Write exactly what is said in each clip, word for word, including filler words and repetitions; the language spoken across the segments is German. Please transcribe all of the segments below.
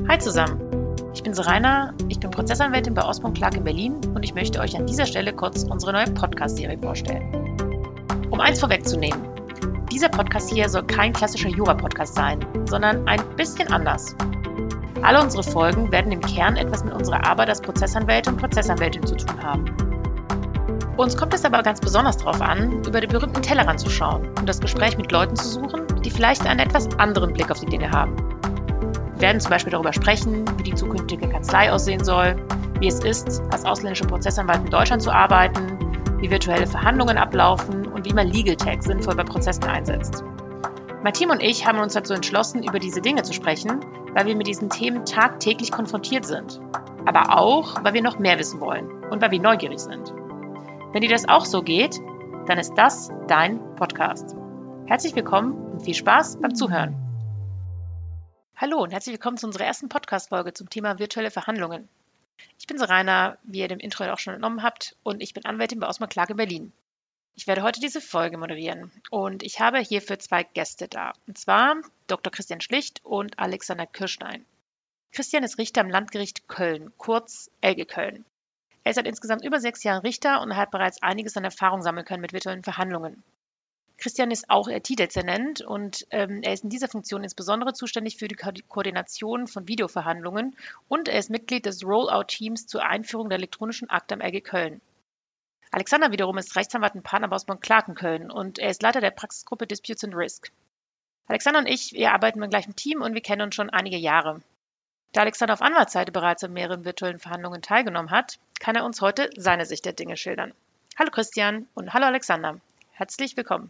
Hi zusammen, ich bin Seraina, ich bin Prozessanwältin bei Osborne Clarke in Berlin und ich möchte euch an dieser Stelle kurz unsere neue Podcast-Serie vorstellen. Um eins vorwegzunehmen, dieser Podcast hier soll kein klassischer Jura-Podcast sein, sondern ein bisschen anders. Alle unsere Folgen werden im Kern etwas mit unserer Arbeit als Prozessanwälte und Prozessanwältin zu tun haben. Uns kommt es aber ganz besonders darauf an, über den berühmten Tellerrand zu schauen und das Gespräch mit Leuten zu suchen, die vielleicht einen etwas anderen Blick auf die Dinge haben. Wir werden zum Beispiel darüber sprechen, wie die zukünftige Kanzlei aussehen soll, wie es ist, als ausländischer Prozessanwalt in Deutschland zu arbeiten, wie virtuelle Verhandlungen ablaufen und wie man Legal Tech sinnvoll bei Prozessen einsetzt. Mein Team und ich haben uns dazu entschlossen, über diese Dinge zu sprechen, weil wir mit diesen Themen tagtäglich konfrontiert sind. Aber auch, weil wir noch mehr wissen wollen und weil wir neugierig sind. Wenn dir das auch so geht, dann ist das dein Podcast. Herzlich willkommen und viel Spaß beim Zuhören. Hallo und herzlich willkommen zu unserer ersten Podcast-Folge zum Thema virtuelle Verhandlungen. Ich bin Seraina, wie ihr dem Intro auch schon entnommen habt, und ich bin Anwältin bei Osborne Clarke in Berlin. Ich werde heute diese Folge moderieren und ich habe hierfür zwei Gäste da, und zwar Doktor Christian Schlicht und Alexander Kirstein. Christian ist Richter am Landgericht Köln, kurz L G Köln. Er ist seit insgesamt über sechs Jahren Richter und hat bereits einiges an Erfahrung sammeln können mit virtuellen Verhandlungen. Christian ist auch I T-Dezernent und ähm, er ist in dieser Funktion insbesondere zuständig für die Ko- Koordination von Videoverhandlungen und er ist Mitglied des Rollout-Teams zur Einführung der elektronischen Akte am L G Köln. Alexander wiederum ist Rechtsanwalt und Partner bei Osborne Clarke in Köln und er ist Leiter der Praxisgruppe Disputes and Risk. Alexander und ich, wir arbeiten im gleichen Team und wir kennen uns schon einige Jahre. Da Alexander auf Anwaltsseite bereits an mehreren virtuellen Verhandlungen teilgenommen hat, kann er uns heute seine Sicht der Dinge schildern. Hallo Christian und hallo Alexander. Herzlich willkommen.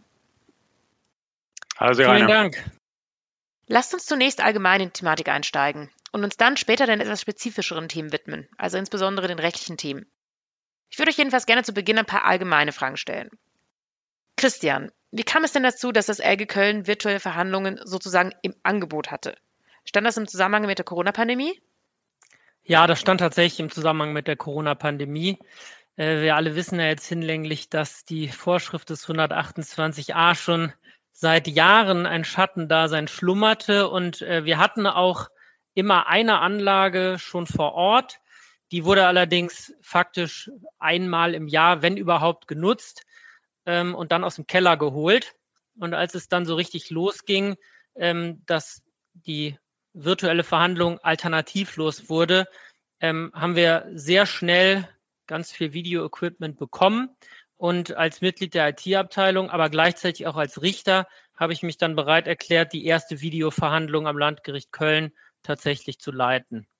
Hallo Seraina. Vielen Dank. Lasst uns zunächst allgemein in die Thematik einsteigen und uns dann später den etwas spezifischeren Themen widmen, also insbesondere den rechtlichen Themen. Ich würde euch jedenfalls gerne zu Beginn ein paar allgemeine Fragen stellen. Christian, wie kam es denn dazu, dass das L G Köln virtuelle Verhandlungen sozusagen im Angebot hatte? Stand das im Zusammenhang mit der Corona-Pandemie? Ja, das stand tatsächlich im Zusammenhang mit der Corona-Pandemie. Äh, wir alle wissen ja jetzt hinlänglich, dass die Vorschrift des hundertachtundzwanzig a schon seit Jahren ein Schattendasein schlummerte und äh, wir hatten auch immer eine Anlage schon vor Ort. Die wurde allerdings faktisch einmal im Jahr, wenn überhaupt, genutzt ähm, und dann aus dem Keller geholt. Und als es dann so richtig losging, ähm, dass die virtuelle Verhandlung alternativlos wurde, ähm, haben wir sehr schnell ganz viel Video-Equipment bekommen. Und als Mitglied der I T-Abteilung, aber gleichzeitig auch als Richter, habe ich mich dann bereit erklärt, die erste Videoverhandlung am Landgericht Köln tatsächlich zu leiten.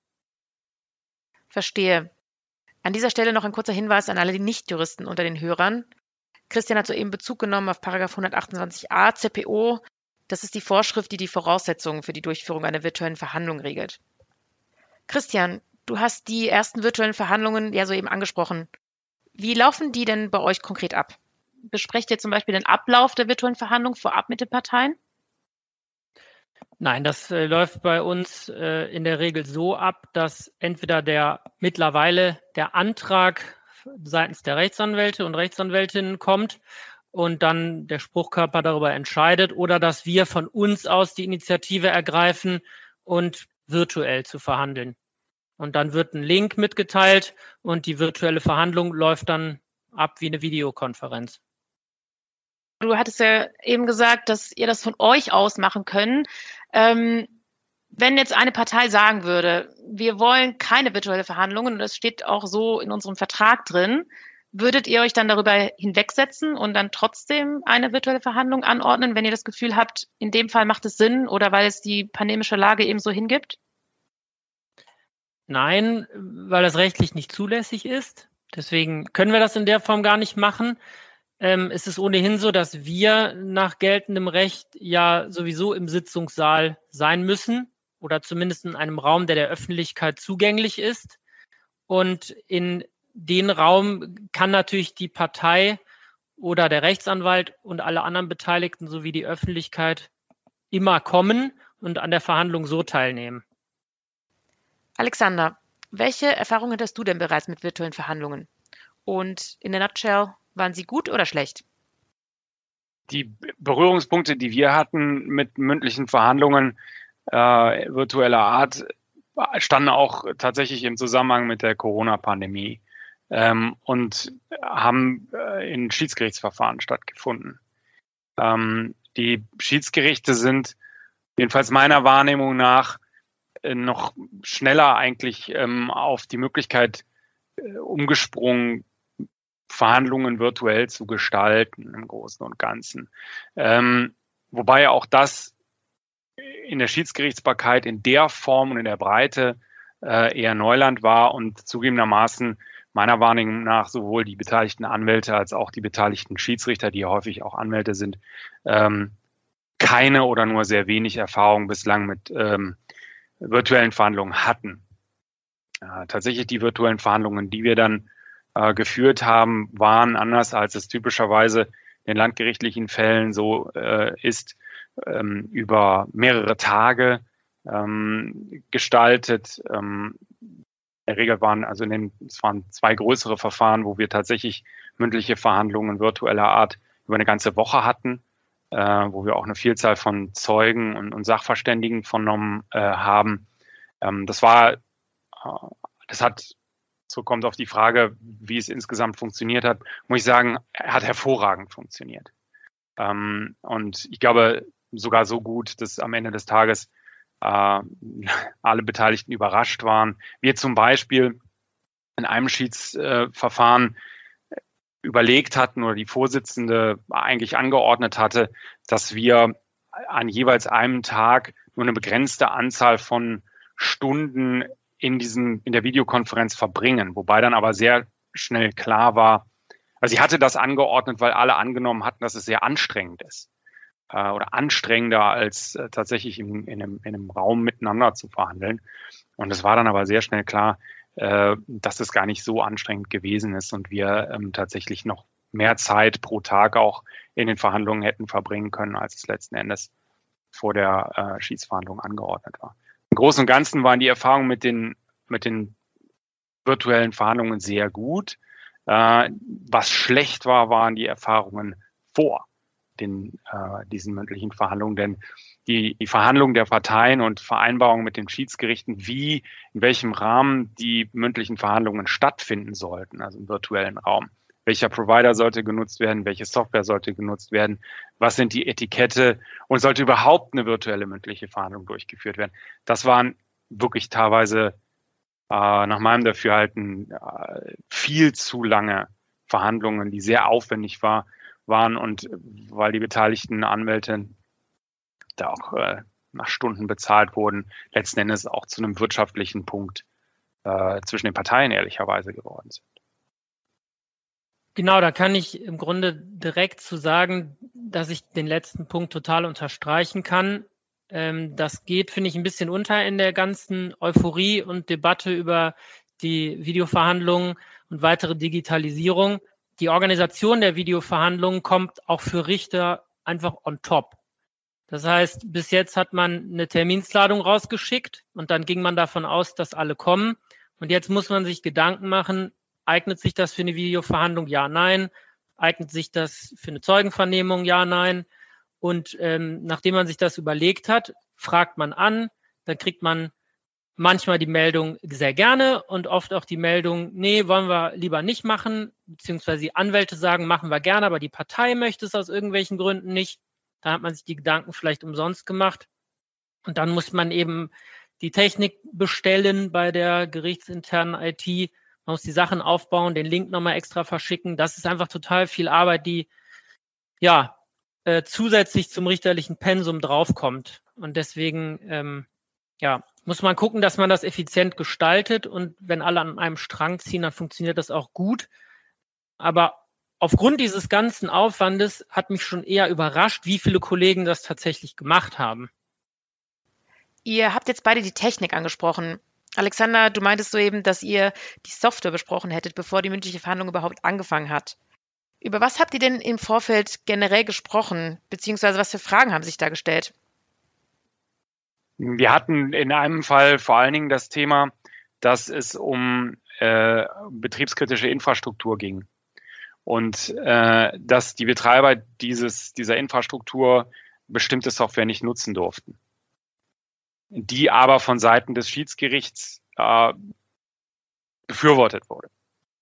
Verstehe. An dieser Stelle noch ein kurzer Hinweis an alle die Nichtjuristen unter den Hörern. Christian hat soeben Bezug genommen auf Paragraph hundertachtundzwanzig a Z P O. Das ist die Vorschrift, die die Voraussetzungen für die Durchführung einer virtuellen Verhandlung regelt. Christian, du hast die ersten virtuellen Verhandlungen ja soeben angesprochen. Wie laufen die denn bei euch konkret ab? Besprecht ihr zum Beispiel den Ablauf der virtuellen Verhandlung vorab mit den Parteien? Nein, das äh, läuft bei uns äh, in der Regel so ab, dass entweder der mittlerweile der Antrag seitens der Rechtsanwälte und Rechtsanwältinnen kommt und dann der Spruchkörper darüber entscheidet oder dass wir von uns aus die Initiative ergreifen und virtuell zu verhandeln. Und dann wird ein Link mitgeteilt und die virtuelle Verhandlung läuft dann ab wie eine Videokonferenz. Du hattest ja eben gesagt, dass ihr das von euch aus machen könnt. Ähm, wenn jetzt eine Partei sagen würde, wir wollen keine virtuelle Verhandlungen und das steht auch so in unserem Vertrag drin, würdet ihr euch dann darüber hinwegsetzen und dann trotzdem eine virtuelle Verhandlung anordnen, wenn ihr das Gefühl habt, in dem Fall macht es Sinn oder weil es die pandemische Lage eben so hingibt? Nein, weil das rechtlich nicht zulässig ist. Deswegen können wir das in der Form gar nicht machen. Ähm, es ist ohnehin so, dass wir nach geltendem Recht ja sowieso im Sitzungssaal sein müssen oder zumindest in einem Raum, der der Öffentlichkeit zugänglich ist. Und in den Raum kann natürlich die Partei oder der Rechtsanwalt und alle anderen Beteiligten sowie die Öffentlichkeit immer kommen und an der Verhandlung so teilnehmen. Alexander, welche Erfahrungen hattest du denn bereits mit virtuellen Verhandlungen? Und in der Nutshell, waren sie gut oder schlecht? Die Berührungspunkte, die wir hatten mit mündlichen Verhandlungen äh, virtueller Art, standen auch tatsächlich im Zusammenhang mit der Corona-Pandemie ähm, und haben äh, in Schiedsgerichtsverfahren stattgefunden. Ähm, die Schiedsgerichte sind jedenfalls meiner Wahrnehmung nach äh, noch schneller eigentlich ähm, auf die Möglichkeit äh, umgesprungen, Verhandlungen virtuell zu gestalten im Großen und Ganzen. Ähm, wobei auch das in der Schiedsgerichtsbarkeit in der Form und in der Breite äh, eher Neuland war und zugegebenermaßen meiner Wahrnehmung nach sowohl die beteiligten Anwälte als auch die beteiligten Schiedsrichter, die ja häufig auch Anwälte sind, ähm, keine oder nur sehr wenig Erfahrung bislang mit ähm, virtuellen Verhandlungen hatten. Äh, tatsächlich die virtuellen Verhandlungen, die wir dann äh, geführt haben, waren anders, als es typischerweise in den landgerichtlichen Fällen so äh, ist, ähm, über mehrere Tage ähm, gestaltet. Ähm, in der Regel waren also in den, es waren zwei größere Verfahren, wo wir tatsächlich mündliche Verhandlungen virtueller Art über eine ganze Woche hatten, äh, wo wir auch eine Vielzahl von Zeugen und, und Sachverständigen vernommen äh, haben. Ähm, das war, äh, das hat, so kommt auf die Frage, wie es insgesamt funktioniert hat, muss ich sagen, hat hervorragend funktioniert. Ähm, und ich glaube, sogar so gut, dass am Ende des Tages äh, alle Beteiligten überrascht waren. Wir zum Beispiel in einem Schiedsverfahren äh, überlegt hatten oder die Vorsitzende eigentlich angeordnet hatte, dass wir an jeweils einem Tag nur eine begrenzte Anzahl von Stunden in diesen, in der Videokonferenz verbringen, wobei dann aber sehr schnell klar war, also sie hatte das angeordnet, weil alle angenommen hatten, dass es sehr anstrengend ist äh, oder anstrengender als äh, tatsächlich in, in, einem, in einem Raum miteinander zu verhandeln. Und es war dann aber sehr schnell klar, äh, dass es gar nicht so anstrengend gewesen ist und wir ähm, tatsächlich noch mehr Zeit pro Tag auch in den Verhandlungen hätten verbringen können, als es letzten Endes vor der äh, Schiedsverhandlung angeordnet war. Im Großen und Ganzen waren die Erfahrungen mit den, mit den virtuellen Verhandlungen sehr gut. Äh, was schlecht war, waren die Erfahrungen vor den, äh, diesen mündlichen Verhandlungen, denn die, die Verhandlungen der Parteien und Vereinbarungen mit den Schiedsgerichten, wie, in welchem Rahmen die mündlichen Verhandlungen stattfinden sollten, also im virtuellen Raum. Welcher Provider sollte genutzt werden, welche Software sollte genutzt werden, was sind die Etikette und sollte überhaupt eine virtuelle mündliche Verhandlung durchgeführt werden. Das waren wirklich teilweise äh, nach meinem Dafürhalten äh, viel zu lange Verhandlungen, die sehr aufwendig war, waren und weil die beteiligten Anwälte da auch äh, nach Stunden bezahlt wurden, letzten Endes auch zu einem wirtschaftlichen Punkt äh, zwischen den Parteien ehrlicherweise geworden sind. Genau, da kann ich im Grunde direkt zu sagen, dass ich den letzten Punkt total unterstreichen kann. Ähm, das geht, finde ich, ein bisschen unter in der ganzen Euphorie und Debatte über die Videoverhandlungen und weitere Digitalisierung. Die Organisation der Videoverhandlungen kommt auch für Richter einfach on top. Das heißt, bis jetzt hat man eine Terminsladung rausgeschickt und dann ging man davon aus, dass alle kommen. Und jetzt muss man sich Gedanken machen, eignet sich das für eine Videoverhandlung? Ja, nein. Eignet sich das für eine Zeugenvernehmung? Ja, nein. Und ähm, nachdem man sich das überlegt hat, fragt man an, dann kriegt man manchmal die Meldung sehr gerne und oft auch die Meldung, nee, wollen wir lieber nicht machen, beziehungsweise die Anwälte sagen, machen wir gerne, aber die Partei möchte es aus irgendwelchen Gründen nicht. Da hat man sich die Gedanken vielleicht umsonst gemacht. Und dann muss man eben die Technik bestellen bei der gerichtsinternen I T. Man muss die Sachen aufbauen, den Link nochmal extra verschicken. Das ist einfach total viel Arbeit, die ja äh, zusätzlich zum richterlichen Pensum draufkommt. Und deswegen ähm, ja, muss man gucken, dass man das effizient gestaltet. Und wenn alle an einem Strang ziehen, dann funktioniert das auch gut. Aber aufgrund dieses ganzen Aufwandes hat mich schon eher überrascht, wie viele Kollegen das tatsächlich gemacht haben. Ihr habt jetzt beide die Technik angesprochen. Alexander, du meintest soeben, dass ihr die Software besprochen hättet, bevor die mündliche Verhandlung überhaupt angefangen hat. Über was habt ihr denn im Vorfeld generell gesprochen, beziehungsweise was für Fragen haben sich da gestellt? Wir hatten in einem Fall vor allen Dingen das Thema, dass es um äh, betriebskritische Infrastruktur ging und äh, dass die Betreiber dieses, dieser Infrastruktur bestimmte Software nicht nutzen durften. die aber von Seiten des Schiedsgerichts äh, befürwortet wurde.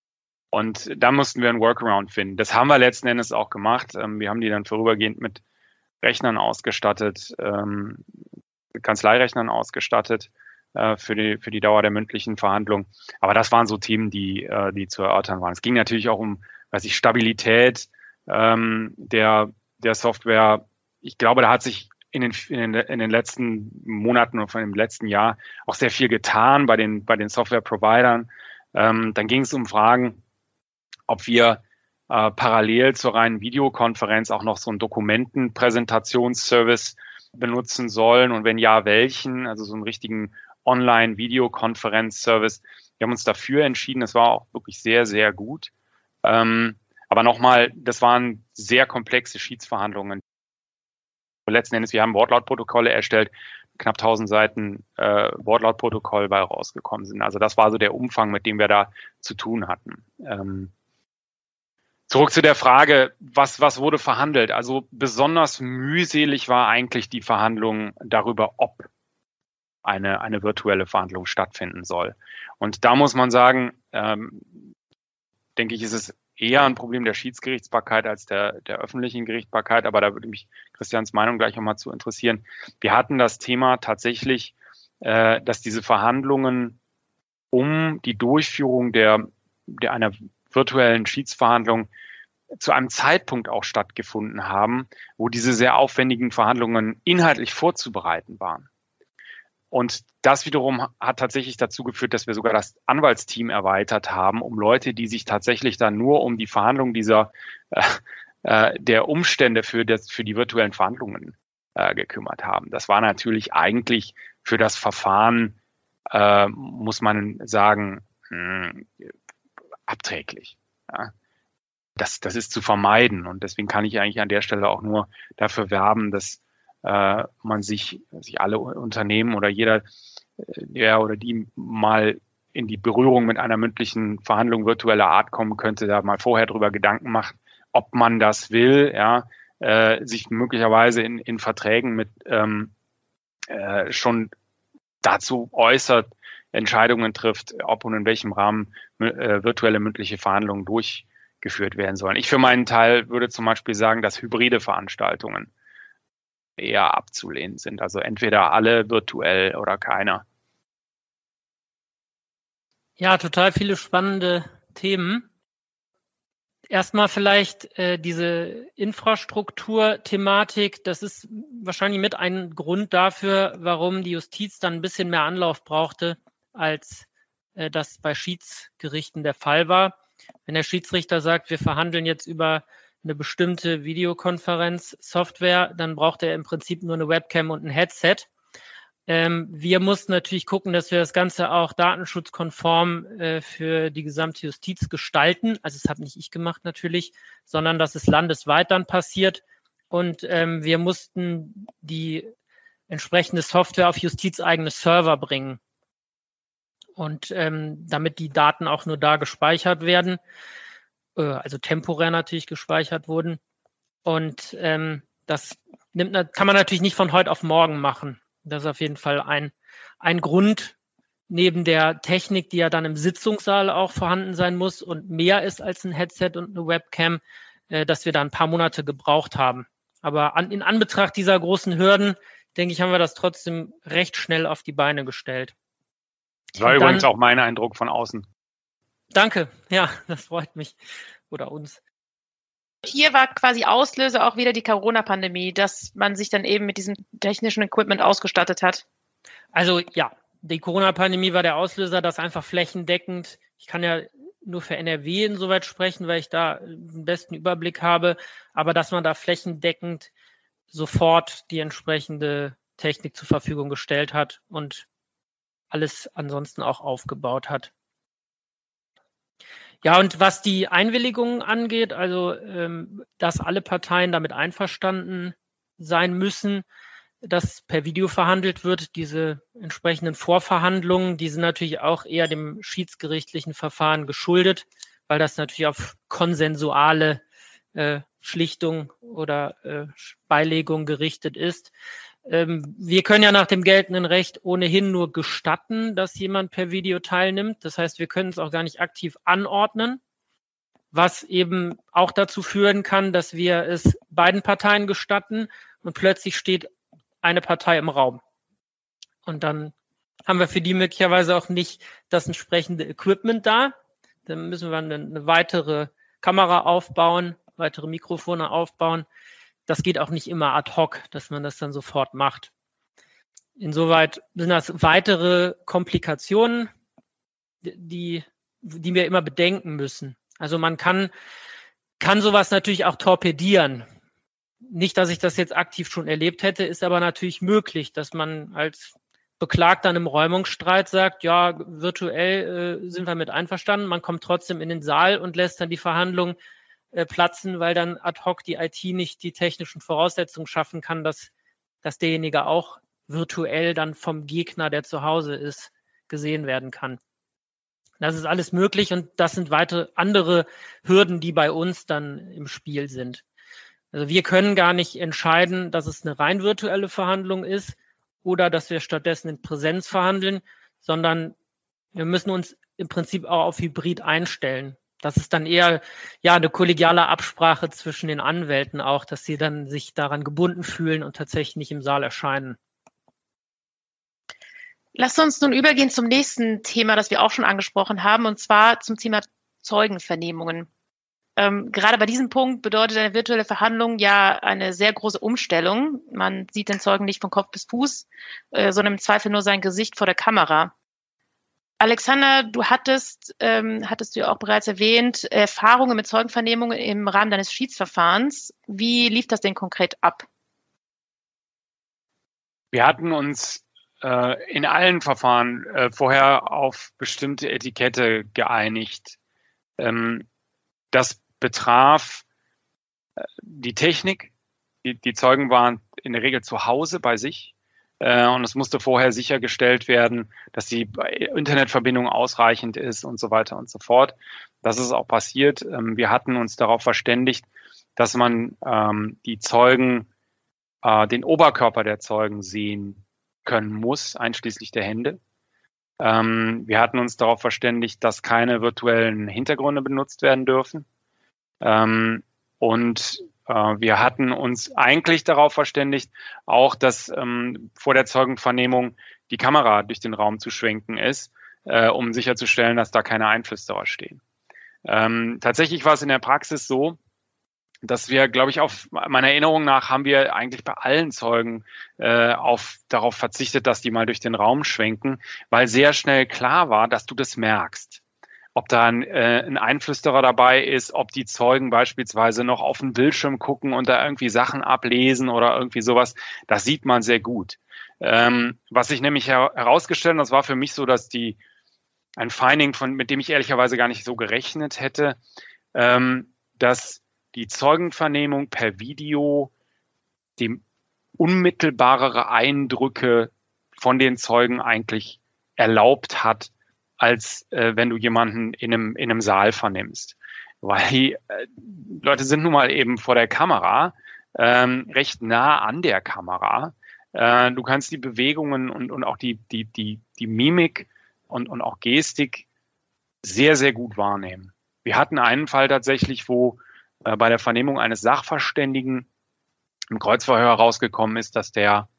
Und da mussten wir einen Workaround finden. Das haben wir letzten Endes auch gemacht. Ähm, wir haben die dann vorübergehend mit Rechnern ausgestattet, ähm, Kanzleirechnern ausgestattet äh, für die für die Dauer der mündlichen Verhandlung. Aber das waren so Themen, die äh, die zu erörtern waren. Es ging natürlich auch um, weiß ich, Stabilität ähm, der der Software. Ich glaube, da hat sich in den in den, in den letzten Monaten und von dem letzten Jahr auch sehr viel getan bei den bei den Software-Providern. Ähm, dann ging es um Fragen, ob wir äh, parallel zur reinen Videokonferenz auch noch so einen Dokumentenpräsentationsservice benutzen sollen und wenn ja, welchen, also so einen richtigen Online-Videokonferenz-Service. Wir haben uns dafür entschieden, das war auch wirklich sehr, sehr gut. Ähm, aber nochmal, das waren sehr komplexe Schiedsverhandlungen. Letzten Endes, wir haben Wortlautprotokolle erstellt, knapp tausend Seiten äh, Wortlautprotokoll bei rausgekommen sind. Also das war so der Umfang, mit dem wir da zu tun hatten. Ähm, Zurück zu der Frage, was, was wurde verhandelt? Also besonders mühselig war eigentlich die Verhandlung darüber, ob eine, eine virtuelle Verhandlung stattfinden soll. Und da muss man sagen, ähm, denke ich, ist es eher ein Problem der Schiedsgerichtsbarkeit als der, der öffentlichen Gerichtsbarkeit. Aber da würde mich Christians Meinung gleich nochmal zu interessieren. Wir hatten das Thema tatsächlich, äh, dass diese Verhandlungen um die Durchführung der, der einer virtuellen Schiedsverhandlungen zu einem Zeitpunkt auch stattgefunden haben, wo diese sehr aufwendigen Verhandlungen inhaltlich vorzubereiten waren. Und das wiederum hat tatsächlich dazu geführt, dass wir sogar das Anwaltsteam erweitert haben, um Leute, die sich tatsächlich dann nur um die Verhandlung dieser äh, äh, der Umstände für, das, für die virtuellen Verhandlungen äh, gekümmert haben. Das war natürlich eigentlich für das Verfahren, äh, muss man sagen, mh, abträglich. Ja. Das, das ist zu vermeiden und deswegen kann ich eigentlich an der Stelle auch nur dafür werben, dass äh, man sich, sich alle Unternehmen oder jeder, der oder die mal in die Berührung mit einer mündlichen Verhandlung virtueller Art kommen könnte, da mal vorher drüber Gedanken macht, ob man das will, ja, äh, sich möglicherweise in, in Verträgen mit ähm, äh, schon dazu äußert, Entscheidungen trifft, ob und in welchem Rahmen äh, virtuelle mündliche Verhandlungen durchgeführt werden sollen. Ich für meinen Teil würde zum Beispiel sagen, dass hybride Veranstaltungen eher abzulehnen sind. Also entweder alle virtuell oder keiner. Ja, total viele spannende Themen. Erstmal vielleicht äh, diese Infrastruktur-Thematik. Das ist wahrscheinlich mit ein Grund dafür, warum die Justiz dann ein bisschen mehr Anlauf brauchte, als äh, das bei Schiedsgerichten der Fall war. Wenn der Schiedsrichter sagt, wir verhandeln jetzt über eine bestimmte Videokonferenzsoftware, dann braucht er im Prinzip nur eine Webcam und ein Headset. Ähm, wir mussten natürlich gucken, dass wir das Ganze auch datenschutzkonform äh, für die gesamte Justiz gestalten. Also das habe nicht ich gemacht natürlich, sondern dass es landesweit dann passiert. Und ähm, wir mussten die entsprechende Software auf justizeigene Server bringen. Und ähm, damit die Daten auch nur da gespeichert werden, äh, also temporär natürlich gespeichert wurden. Und ähm, das nimmt, kann man natürlich nicht von heute auf morgen machen. Das ist auf jeden Fall ein, ein Grund, neben der Technik, die ja dann im Sitzungssaal auch vorhanden sein muss und mehr ist als ein Headset und eine Webcam, äh, dass wir da ein paar Monate gebraucht haben. Aber an, in Anbetracht dieser großen Hürden, denke ich, haben wir das trotzdem recht schnell auf die Beine gestellt. Das war Und übrigens dann, auch mein Eindruck von außen. Danke, ja, das freut mich. Oder uns. Hier war quasi Auslöser auch wieder die Corona-Pandemie, dass man sich dann eben mit diesem technischen Equipment ausgestattet hat. Also ja, die Corona-Pandemie war der Auslöser, dass einfach flächendeckend, ich kann ja nur für N R W insoweit sprechen, weil ich da den besten Überblick habe, aber dass man da flächendeckend sofort die entsprechende Technik zur Verfügung gestellt hat und alles ansonsten auch aufgebaut hat. Ja, und was die Einwilligungen angeht, also ähm, dass alle Parteien damit einverstanden sein müssen, dass per Video verhandelt wird, diese entsprechenden Vorverhandlungen, die sind natürlich auch eher dem schiedsgerichtlichen Verfahren geschuldet, weil das natürlich auf konsensuale äh, Schlichtung oder äh, Beilegung gerichtet ist. Ähm, wir können ja nach dem geltenden Recht ohnehin nur gestatten, dass jemand per Video teilnimmt. Das heißt, wir können es auch gar nicht aktiv anordnen, was eben auch dazu führen kann, dass wir es beiden Parteien gestatten und plötzlich steht eine Partei im Raum. Und dann haben wir für die möglicherweise auch nicht das entsprechende Equipment da. Dann müssen wir eine, eine weitere Kamera aufbauen, weitere Mikrofone aufbauen. Das geht auch nicht immer ad hoc, dass man das dann sofort macht. Insoweit sind das weitere Komplikationen, die, die wir immer bedenken müssen. Also man kann, kann sowas natürlich auch torpedieren. Nicht, dass ich das jetzt aktiv schon erlebt hätte, ist aber natürlich möglich, dass man als Beklagter in einem Räumungsstreit sagt, ja, virtuell äh, sind wir mit einverstanden, man kommt trotzdem in den Saal und lässt dann die Verhandlung äh, platzen, weil dann ad hoc die I T nicht die technischen Voraussetzungen schaffen kann, dass, dass derjenige auch virtuell dann vom Gegner, der zu Hause ist, gesehen werden kann. Das ist alles möglich und das sind weitere andere Hürden, die bei uns dann im Spiel sind. Also wir können gar nicht entscheiden, dass es eine rein virtuelle Verhandlung ist oder dass wir stattdessen in Präsenz verhandeln, sondern wir müssen uns im Prinzip auch auf Hybrid einstellen. Das ist dann eher ja eine kollegiale Absprache zwischen den Anwälten auch, dass sie dann sich daran gebunden fühlen und tatsächlich nicht im Saal erscheinen. Lasst uns nun übergehen zum nächsten Thema, das wir auch schon angesprochen haben, und zwar zum Thema Zeugenvernehmungen. Ähm, gerade bei diesem Punkt bedeutet eine virtuelle Verhandlung ja eine sehr große Umstellung. Man sieht den Zeugen nicht von Kopf bis Fuß, äh, sondern im Zweifel nur sein Gesicht vor der Kamera. Alexander, du hattest, ähm, hattest du ja auch bereits erwähnt, Erfahrungen mit Zeugenvernehmungen im Rahmen deines Schiedsverfahrens. Wie lief das denn konkret ab? Wir hatten uns äh, in allen Verfahren äh, vorher auf bestimmte Etikette geeinigt. Ähm, das betraf äh, die Technik. Die, die Zeugen waren in der Regel zu Hause bei sich. Und es musste vorher sichergestellt werden, dass die Internetverbindung ausreichend ist und so weiter und so fort. Das ist auch passiert. Wir hatten uns darauf verständigt, dass man ähm, die Zeugen, äh, den Oberkörper der Zeugen sehen können muss, einschließlich der Hände. Ähm, wir hatten uns darauf verständigt, dass keine virtuellen Hintergründe benutzt werden dürfen. Ähm, und Wir hatten uns eigentlich darauf verständigt, auch, dass ähm, vor der Zeugenvernehmung die Kamera durch den Raum zu schwenken ist, äh, um sicherzustellen, dass da keine Einflüsterer stehen. Ähm, tatsächlich war es in der Praxis so, dass wir, glaube ich, auf meiner Erinnerung nach, haben wir eigentlich bei allen Zeugen äh, auf, darauf verzichtet, dass die mal durch den Raum schwenken, weil sehr schnell klar war, dass du das merkst. Ob da ein, äh, ein Einflüsterer dabei ist, ob die Zeugen beispielsweise noch auf den Bildschirm gucken und da irgendwie Sachen ablesen oder irgendwie sowas, das sieht man sehr gut. Ähm, was sich nämlich her- herausgestellt hat, das war für mich so, dass die, ein Finding, von, mit dem ich ehrlicherweise gar nicht so gerechnet hätte, ähm, dass die Zeugenvernehmung per Video die unmittelbarere Eindrücke von den Zeugen eigentlich erlaubt hat, als äh, wenn du jemanden in einem, in einem Saal vernimmst. Weil die äh, Leute sind nun mal eben vor der Kamera, ähm, recht nah an der Kamera. Äh, du kannst die Bewegungen und, und auch die, die, die, die Mimik und, und auch Gestik sehr, sehr gut wahrnehmen. Wir hatten einen Fall tatsächlich, wo äh, bei der Vernehmung eines Sachverständigen im Kreuzverhör herausgekommen ist, dass der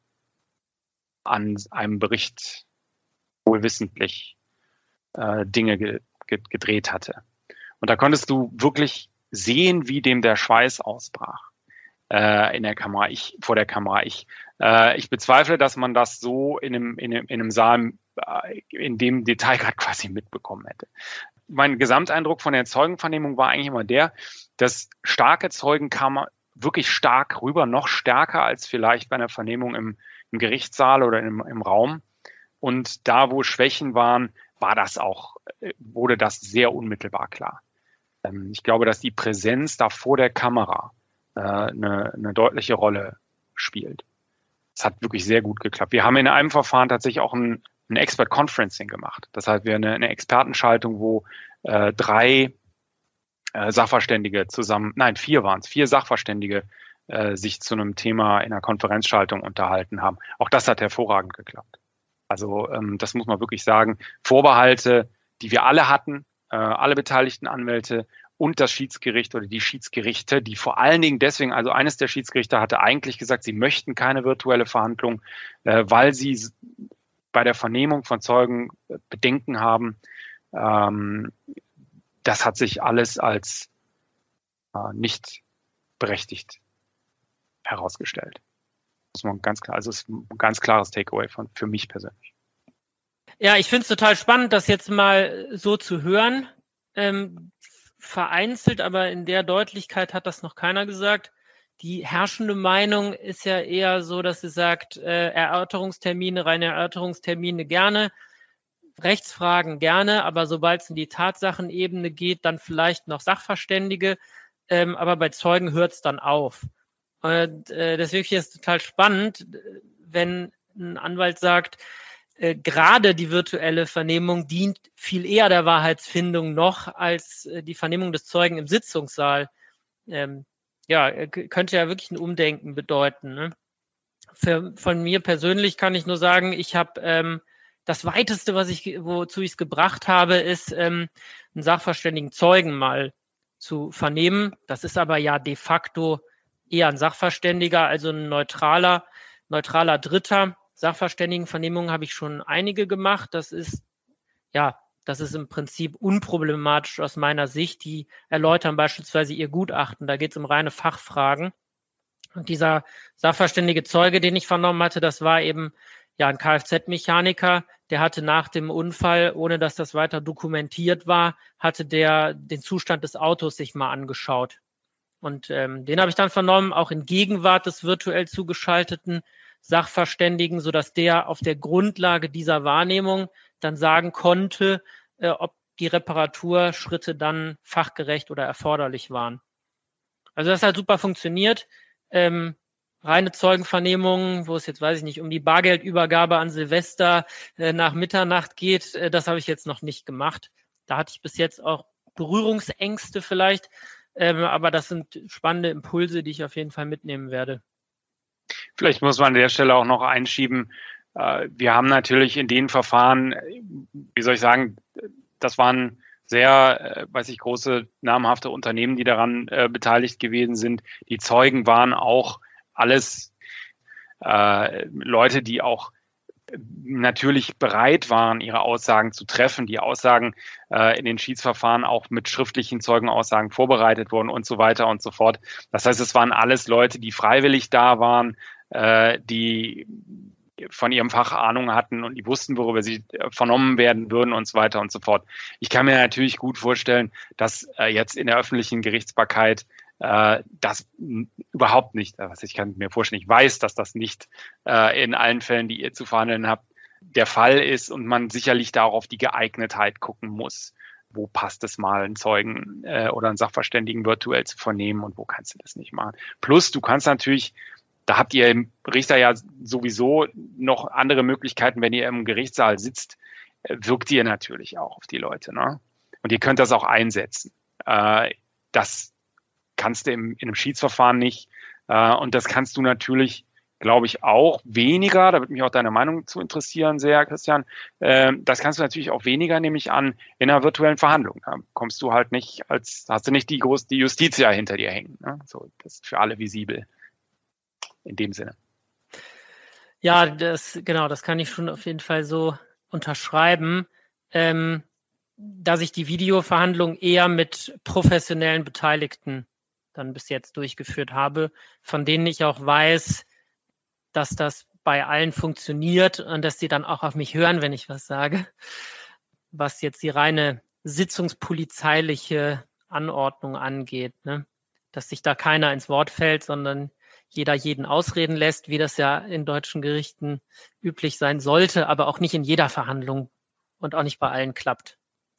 an einem Bericht wohl wissentlich Dinge ge- ge- gedreht hatte. Und da konntest du wirklich sehen, wie dem der Schweiß ausbrach äh, in der Kamera, ich vor der Kamera. Ich, äh, ich bezweifle, dass man das so in einem, in einem, in einem Saal äh, in dem Detail gerade quasi mitbekommen hätte. Mein Gesamteindruck von der Zeugenvernehmung war eigentlich immer der, dass starke Zeugen kamen wirklich stark rüber, noch stärker als vielleicht bei einer Vernehmung im, im Gerichtssaal oder im, im Raum. Und da, wo Schwächen waren, war das auch, wurde das sehr unmittelbar klar. Ähm, ich glaube, dass die Präsenz da vor der Kamera äh, eine, eine deutliche Rolle spielt. Es hat wirklich sehr gut geklappt. Wir haben in einem Verfahren tatsächlich auch ein, ein Expert Conferencing gemacht. Das heißt, wir eine, eine Expertenschaltung, wo äh, drei äh, Sachverständige zusammen, nein, vier waren es, vier Sachverständige äh, sich zu einem Thema in einer Konferenzschaltung unterhalten haben. Auch das hat hervorragend geklappt. Also ähm, das muss man wirklich sagen. Vorbehalte, die wir alle hatten, äh, alle beteiligten Anwälte und das Schiedsgericht oder die Schiedsgerichte, die vor allen Dingen deswegen, also eines der Schiedsgerichte hatte eigentlich gesagt, sie möchten keine virtuelle Verhandlung, äh, weil sie bei der Vernehmung von Zeugen Bedenken haben. Ähm, das hat sich alles als äh, nicht berechtigt herausgestellt. Das muss man ganz klar, also es ist ein ganz klares Takeaway von, für mich persönlich. Ja, ich finde es total spannend, das jetzt mal so zu hören. Ähm, vereinzelt, aber in der Deutlichkeit hat das noch keiner gesagt. Die herrschende Meinung ist ja eher so, dass sie sagt, äh, Erörterungstermine, reine Erörterungstermine gerne, Rechtsfragen gerne, aber sobald es in die Tatsachenebene geht, dann vielleicht noch Sachverständige, ähm, aber bei Zeugen hört es dann auf. Und äh, deswegen ist es total spannend, wenn ein Anwalt sagt, äh, gerade die virtuelle Vernehmung dient viel eher der Wahrheitsfindung noch als äh, die Vernehmung des Zeugen im Sitzungssaal. Ähm, ja, könnte ja wirklich ein Umdenken bedeuten. Ne? Für, von mir persönlich kann ich nur sagen, ich habe ähm, das Weiteste, was ich, wozu ich es gebracht habe, ist, ähm, einen sachverständigen Zeugen mal zu vernehmen. Das ist aber ja de facto eher ein Sachverständiger, also ein neutraler, neutraler Dritter. Sachverständigenvernehmungen habe ich schon einige gemacht. Das ist, ja, das ist im Prinzip unproblematisch aus meiner Sicht. Die erläutern beispielsweise ihr Gutachten. Da geht es um reine Fachfragen. Und dieser sachverständige Zeuge, den ich vernommen hatte, das war eben ja ein Kfz-Mechaniker. Der hatte nach dem Unfall, ohne dass das weiter dokumentiert war, hatte der den Zustand des Autos sich mal angeschaut. Und ähm, den habe ich dann vernommen, auch in Gegenwart des virtuell zugeschalteten Sachverständigen, sodass der auf der Grundlage dieser Wahrnehmung dann sagen konnte, äh, ob die Reparaturschritte dann fachgerecht oder erforderlich waren. Also das hat super funktioniert. Ähm, reine Zeugenvernehmungen, wo es jetzt, weiß ich nicht, um die Bargeldübergabe an Silvester äh, nach Mitternacht geht, äh, das habe ich jetzt noch nicht gemacht. Da hatte ich bis jetzt auch Berührungsängste vielleicht, ähm, aber das sind spannende Impulse, die ich auf jeden Fall mitnehmen werde. Vielleicht muss man an der Stelle auch noch einschieben, äh, wir haben natürlich in den Verfahren, wie soll ich sagen, das waren sehr, äh, weiß ich, große, namhafte Unternehmen, die daran äh, beteiligt gewesen sind. Die Zeugen waren auch alles äh, Leute, die auch natürlich bereit waren, ihre Aussagen zu treffen, die Aussagen äh, in den Schiedsverfahren auch mit schriftlichen Zeugenaussagen vorbereitet wurden und so weiter und so fort. Das heißt, es waren alles Leute, die freiwillig da waren, äh, die von ihrem Fach Ahnung hatten und die wussten, worüber sie vernommen werden würden und so weiter und so fort. Ich kann mir natürlich gut vorstellen, dass äh, jetzt in der öffentlichen Gerichtsbarkeit äh, das überhaupt nicht, was ich kann mir vorstellen, ich weiß, dass das nicht äh, in allen Fällen, die ihr zu verhandeln habt, der Fall ist und man sicherlich da auch auf die Geeignetheit gucken muss. Wo passt es mal, einen Zeugen äh, oder einen Sachverständigen virtuell zu vernehmen und wo kannst du das nicht machen? Plus, du kannst natürlich, da habt ihr im Richter ja sowieso noch andere Möglichkeiten, wenn ihr im Gerichtssaal sitzt, äh, wirkt ihr natürlich auch auf die Leute, ne? Und ihr könnt das auch einsetzen. Äh, das kannst du im, in einem Schiedsverfahren nicht. Äh, und das kannst du natürlich, glaube ich, auch weniger, da würde mich auch deine Meinung zu interessieren sehr, Christian, äh, das kannst du natürlich auch weniger, nehme ich an, in einer virtuellen Verhandlung. Da kommst du halt nicht als, hast du nicht die groß, die Justitia hinter dir hängen. Ne? So, das ist für alle visibel. In dem Sinne. Ja, das, genau, das kann ich schon auf jeden Fall so unterschreiben. Ähm, dass ich die Videoverhandlung eher mit professionellen Beteiligten dann bis jetzt durchgeführt habe, von denen ich auch weiß, dass das bei allen funktioniert und dass die dann auch auf mich hören, wenn ich was sage, was jetzt die reine sitzungspolizeiliche Anordnung angeht, ne? Dass sich da keiner ins Wort fällt, sondern jeder jeden ausreden lässt, wie das ja in deutschen Gerichten üblich sein sollte, aber auch nicht in jeder Verhandlung und auch nicht bei allen klappt.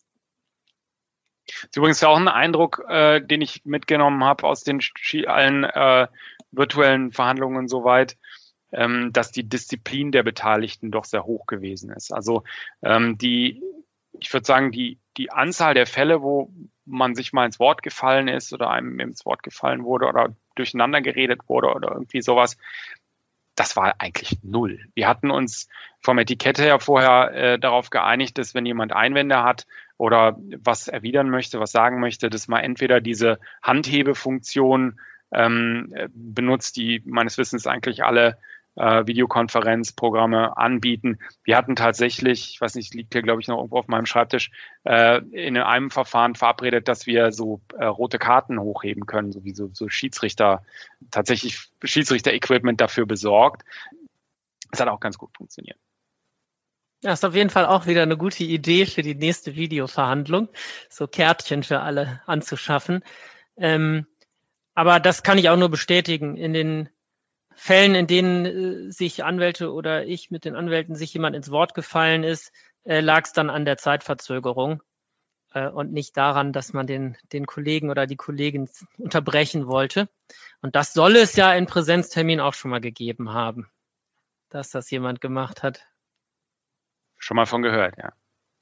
Das ist übrigens auch ein Eindruck, äh, den ich mitgenommen habe aus den allen äh, virtuellen Verhandlungen soweit, ähm, dass die Disziplin der Beteiligten doch sehr hoch gewesen ist. Also ähm, die, ich würde sagen, die, die Anzahl der Fälle, wo man sich mal ins Wort gefallen ist oder einem ins Wort gefallen wurde oder durcheinander geredet wurde oder irgendwie sowas, das war eigentlich null. Wir hatten uns vom Etikett her vorher äh, darauf geeinigt, dass wenn jemand Einwände hat oder was erwidern möchte, was sagen möchte, dass man entweder diese Handhebefunktion ähm, benutzt, die meines Wissens eigentlich alle äh, Videokonferenzprogramme anbieten. Wir hatten tatsächlich, ich weiß nicht, liegt hier glaube ich noch irgendwo auf meinem Schreibtisch, äh, in einem Verfahren verabredet, dass wir so äh, rote Karten hochheben können, so wie so, so Schiedsrichter, tatsächlich Schiedsrichter-Equipment dafür besorgt. Das hat auch ganz gut funktioniert. Ja, ist auf jeden Fall auch wieder eine gute Idee für die nächste Videoverhandlung, so Kärtchen für alle anzuschaffen. Ähm, aber das kann ich auch nur bestätigen. In den Fällen, in denen äh, sich Anwälte oder ich mit den Anwälten sich jemand ins Wort gefallen ist, äh, lag es dann an der Zeitverzögerung äh, und nicht daran, dass man den, den Kollegen oder die Kollegin unterbrechen wollte. Und das soll es ja in Präsenztermin auch schon mal gegeben haben, dass das jemand gemacht hat. Schon mal von gehört, ja.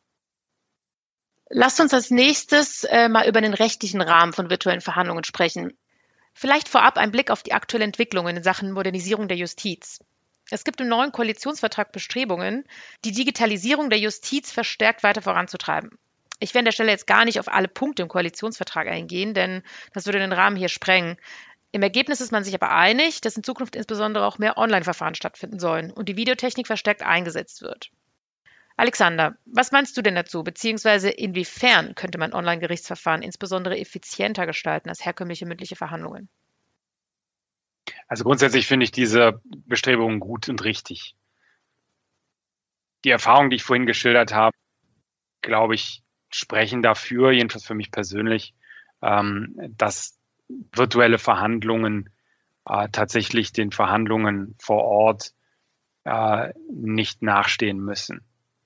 Lasst uns als nächstes äh, mal über den rechtlichen Rahmen von virtuellen Verhandlungen sprechen. Vielleicht vorab ein Blick auf die aktuelle Entwicklung in Sachen Modernisierung der Justiz. Es gibt im neuen Koalitionsvertrag Bestrebungen, die Digitalisierung der Justiz verstärkt weiter voranzutreiben. Ich werde an der Stelle jetzt gar nicht auf alle Punkte im Koalitionsvertrag eingehen, denn das würde den Rahmen hier sprengen. Im Ergebnis ist man sich aber einig, dass in Zukunft insbesondere auch mehr Online-Verfahren stattfinden sollen und die Videotechnik verstärkt eingesetzt wird. Alexander, was meinst du denn dazu, beziehungsweise inwiefern könnte man Online-Gerichtsverfahren insbesondere effizienter gestalten als herkömmliche mündliche Verhandlungen? Also grundsätzlich finde ich diese Bestrebungen gut und richtig. Die Erfahrungen, die ich vorhin geschildert habe, glaube ich, sprechen dafür, jedenfalls für mich persönlich, ähm, dass virtuelle Verhandlungen äh, tatsächlich den Verhandlungen vor Ort äh, nicht nachstehen müssen.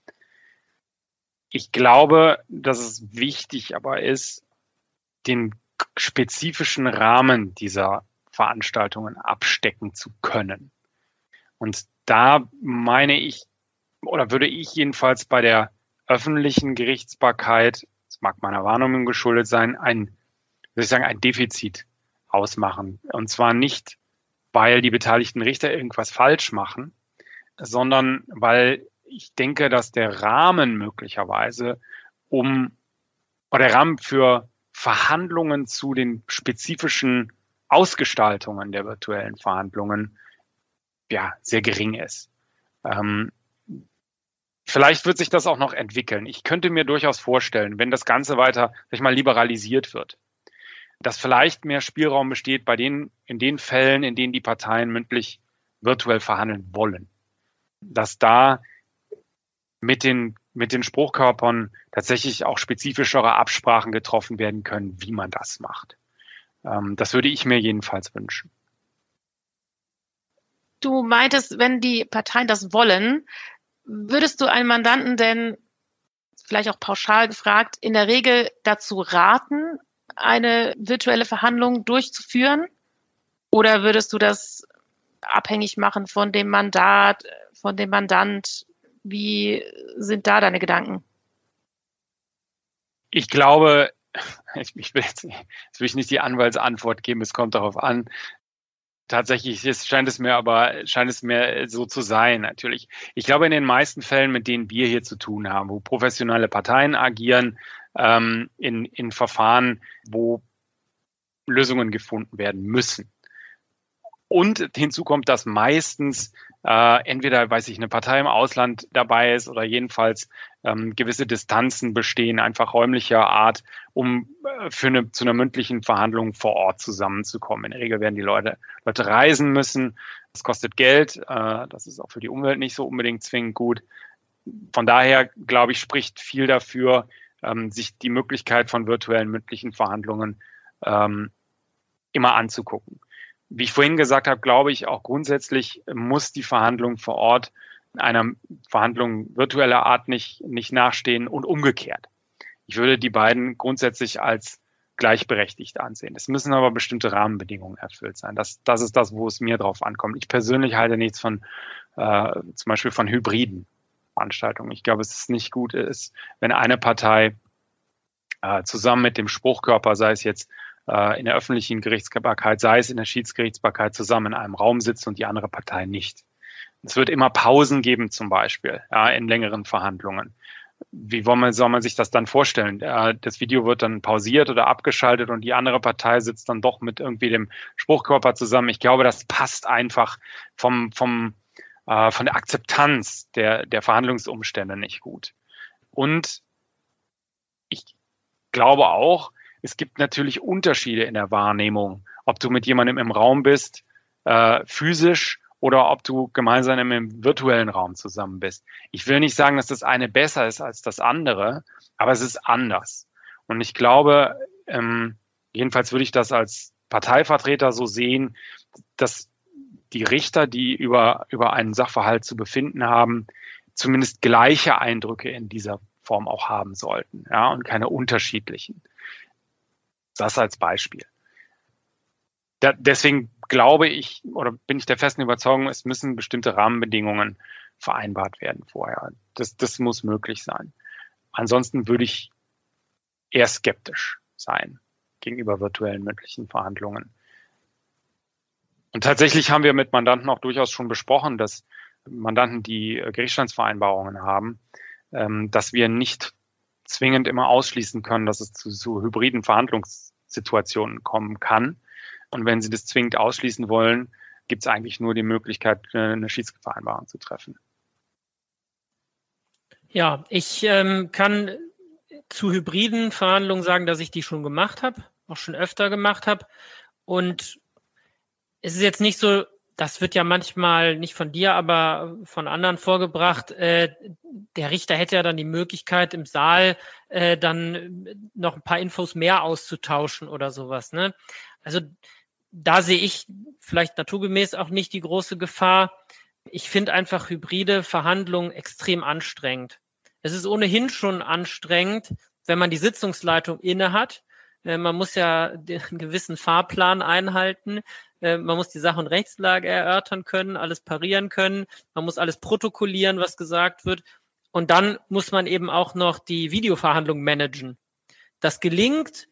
Ich glaube, dass es wichtig aber ist, den spezifischen Rahmen dieser Veranstaltungen abstecken zu können. Und da meine ich, oder würde ich jedenfalls bei der öffentlichen Gerichtsbarkeit, das mag meiner Wahrnehmung geschuldet sein, ein, würde ich sagen, ein Defizit ausmachen. Und zwar nicht, weil die beteiligten Richter irgendwas falsch machen, sondern weil ich denke, dass der Rahmen möglicherweise um, oder der Rahmen für Verhandlungen zu den spezifischen Ausgestaltungen der virtuellen Verhandlungen ja sehr gering ist. Ähm, vielleicht wird sich das auch noch entwickeln. Ich könnte mir durchaus vorstellen, wenn das Ganze weiter, sag ich mal, liberalisiert wird, dass vielleicht mehr Spielraum besteht bei den, in den Fällen, in denen die Parteien mündlich virtuell verhandeln wollen, dass da mit den, mit den Spruchkörpern tatsächlich auch spezifischere Absprachen getroffen werden können, wie man das macht. Ähm, das würde ich mir jedenfalls wünschen. Du meintest, wenn die Parteien das wollen, würdest du einen Mandanten denn, vielleicht auch pauschal gefragt, in der Regel dazu raten, eine virtuelle Verhandlung durchzuführen? Oder würdest du das abhängig machen von dem Mandat, von dem Mandant? Wie sind da deine Gedanken? Ich glaube, ich, ich will jetzt, jetzt will ich nicht die Anwaltsantwort geben, es kommt darauf an. Tatsächlich ist, scheint es mir aber, scheint es mir so zu sein, natürlich. Ich glaube, in den meisten Fällen, mit denen wir hier zu tun haben, wo professionelle Parteien agieren, ähm, in, in Verfahren, wo Lösungen gefunden werden müssen. Und hinzu kommt, dass meistens äh, entweder, weiß ich, eine Partei im Ausland dabei ist oder jedenfalls ähm, gewisse Distanzen bestehen, einfach räumlicher Art, um äh, für eine, zu einer mündlichen Verhandlung vor Ort zusammenzukommen. In der Regel werden die Leute, Leute reisen müssen. Das kostet Geld. Äh, das ist auch für die Umwelt nicht so unbedingt zwingend gut. Von daher, glaube ich, spricht viel dafür, ähm, sich die Möglichkeit von virtuellen mündlichen Verhandlungen ähm, immer anzugucken. Wie ich vorhin gesagt habe, glaube ich auch grundsätzlich muss die Verhandlung vor Ort einer Verhandlung virtueller Art nicht, nicht nachstehen und umgekehrt. Ich würde die beiden grundsätzlich als gleichberechtigt ansehen. Es müssen aber bestimmte Rahmenbedingungen erfüllt sein. Das, das ist das, wo es mir drauf ankommt. Ich persönlich halte nichts von, äh, zum Beispiel von hybriden Veranstaltungen. Ich glaube, es ist nicht gut ist, wenn eine Partei äh, zusammen mit dem Spruchkörper, sei es jetzt äh, in der öffentlichen Gerichtsbarkeit, sei es in der Schiedsgerichtsbarkeit, zusammen in einem Raum sitzt und die andere Partei nicht. Es wird immer Pausen geben, zum Beispiel, ja, in längeren Verhandlungen. Wie soll man, soll man sich das dann vorstellen? Das Video wird dann pausiert oder abgeschaltet und die andere Partei sitzt dann doch mit irgendwie dem Spruchkörper zusammen. Ich glaube, das passt einfach vom, vom, äh, von der Akzeptanz der, der Verhandlungsumstände nicht gut. Und ich glaube auch, es gibt natürlich Unterschiede in der Wahrnehmung, ob du mit jemandem im Raum bist, äh, physisch, oder ob du gemeinsam im virtuellen Raum zusammen bist. Ich will nicht sagen, dass das eine besser ist als das andere, aber es ist anders. Und ich glaube, ähm, jedenfalls würde ich das als Parteivertreter so sehen, dass die Richter, die über, über einen Sachverhalt zu befinden haben, zumindest gleiche Eindrücke in dieser Form auch haben sollten, ja, und keine unterschiedlichen. Das als Beispiel. Da, deswegen glaube ich oder bin ich der festen Überzeugung, es müssen bestimmte Rahmenbedingungen vereinbart werden vorher. Das, das muss möglich sein. Ansonsten würde ich eher skeptisch sein gegenüber virtuellen mündlichen Verhandlungen. Und tatsächlich haben wir mit Mandanten auch durchaus schon besprochen, dass Mandanten, die Gerichtsstandsvereinbarungen haben, ähm, dass wir nicht zwingend immer ausschließen können, dass es zu, zu hybriden Verhandlungssituationen kommen kann. Und wenn Sie das zwingend ausschließen wollen, gibt es eigentlich nur die Möglichkeit, eine Schiedsvereinbarung zu treffen. Ja, ich ähm, kann zu hybriden Verhandlungen sagen, dass ich die schon gemacht habe, auch schon öfter gemacht habe. Und es ist jetzt nicht so, das wird ja manchmal nicht von dir, aber von anderen vorgebracht, äh, der Richter hätte ja dann die Möglichkeit, im Saal äh, dann noch ein paar Infos mehr auszutauschen oder sowas, ne? Also da sehe ich vielleicht naturgemäß auch nicht die große Gefahr. Ich finde einfach hybride Verhandlungen extrem anstrengend. Es ist ohnehin schon anstrengend, wenn man die Sitzungsleitung inne hat. Man muss ja einen gewissen Fahrplan einhalten. Man muss die Sach- und Rechtslage erörtern können, alles parieren können. Man muss alles protokollieren, was gesagt wird. Und dann muss man eben auch noch die Videoverhandlung managen. Das gelingt,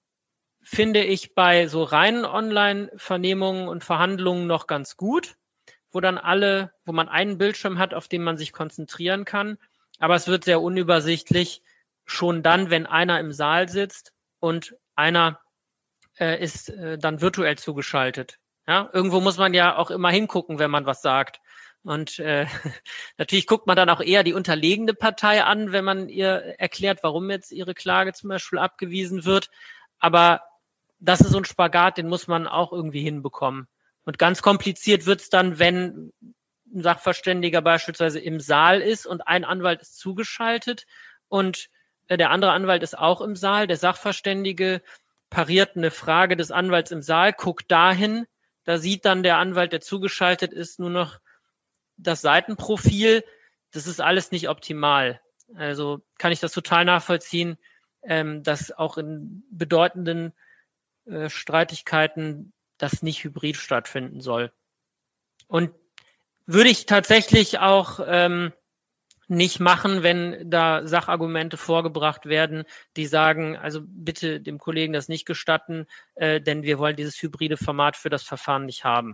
finde ich, bei so reinen Online-Vernehmungen und Verhandlungen noch ganz gut, wo dann alle, wo man einen Bildschirm hat, auf den man sich konzentrieren kann. Aber es wird sehr unübersichtlich, schon dann, wenn einer im Saal sitzt und einer äh, ist äh, dann virtuell zugeschaltet. Ja, irgendwo muss man ja auch immer hingucken, wenn man was sagt. Und äh, natürlich guckt man dann auch eher die unterlegene Partei an, wenn man ihr erklärt, warum jetzt ihre Klage zum Beispiel abgewiesen wird. Aber das ist so ein Spagat, den muss man auch irgendwie hinbekommen. Und ganz kompliziert wird es dann, wenn ein Sachverständiger beispielsweise im Saal ist und ein Anwalt ist zugeschaltet und der andere Anwalt ist auch im Saal. Der Sachverständige pariert eine Frage des Anwalts im Saal, guckt dahin, da sieht dann der Anwalt, der zugeschaltet ist, nur noch das Seitenprofil. Das ist alles nicht optimal. Also kann ich das total nachvollziehen, ähm, dass auch in bedeutenden äh, Streitigkeiten das nicht hybrid stattfinden soll. Und würde ich tatsächlich auch ähm, nicht machen, wenn da Sachargumente vorgebracht werden, die sagen, also bitte dem Kollegen das nicht gestatten, äh, denn wir wollen dieses hybride Format für das Verfahren nicht haben.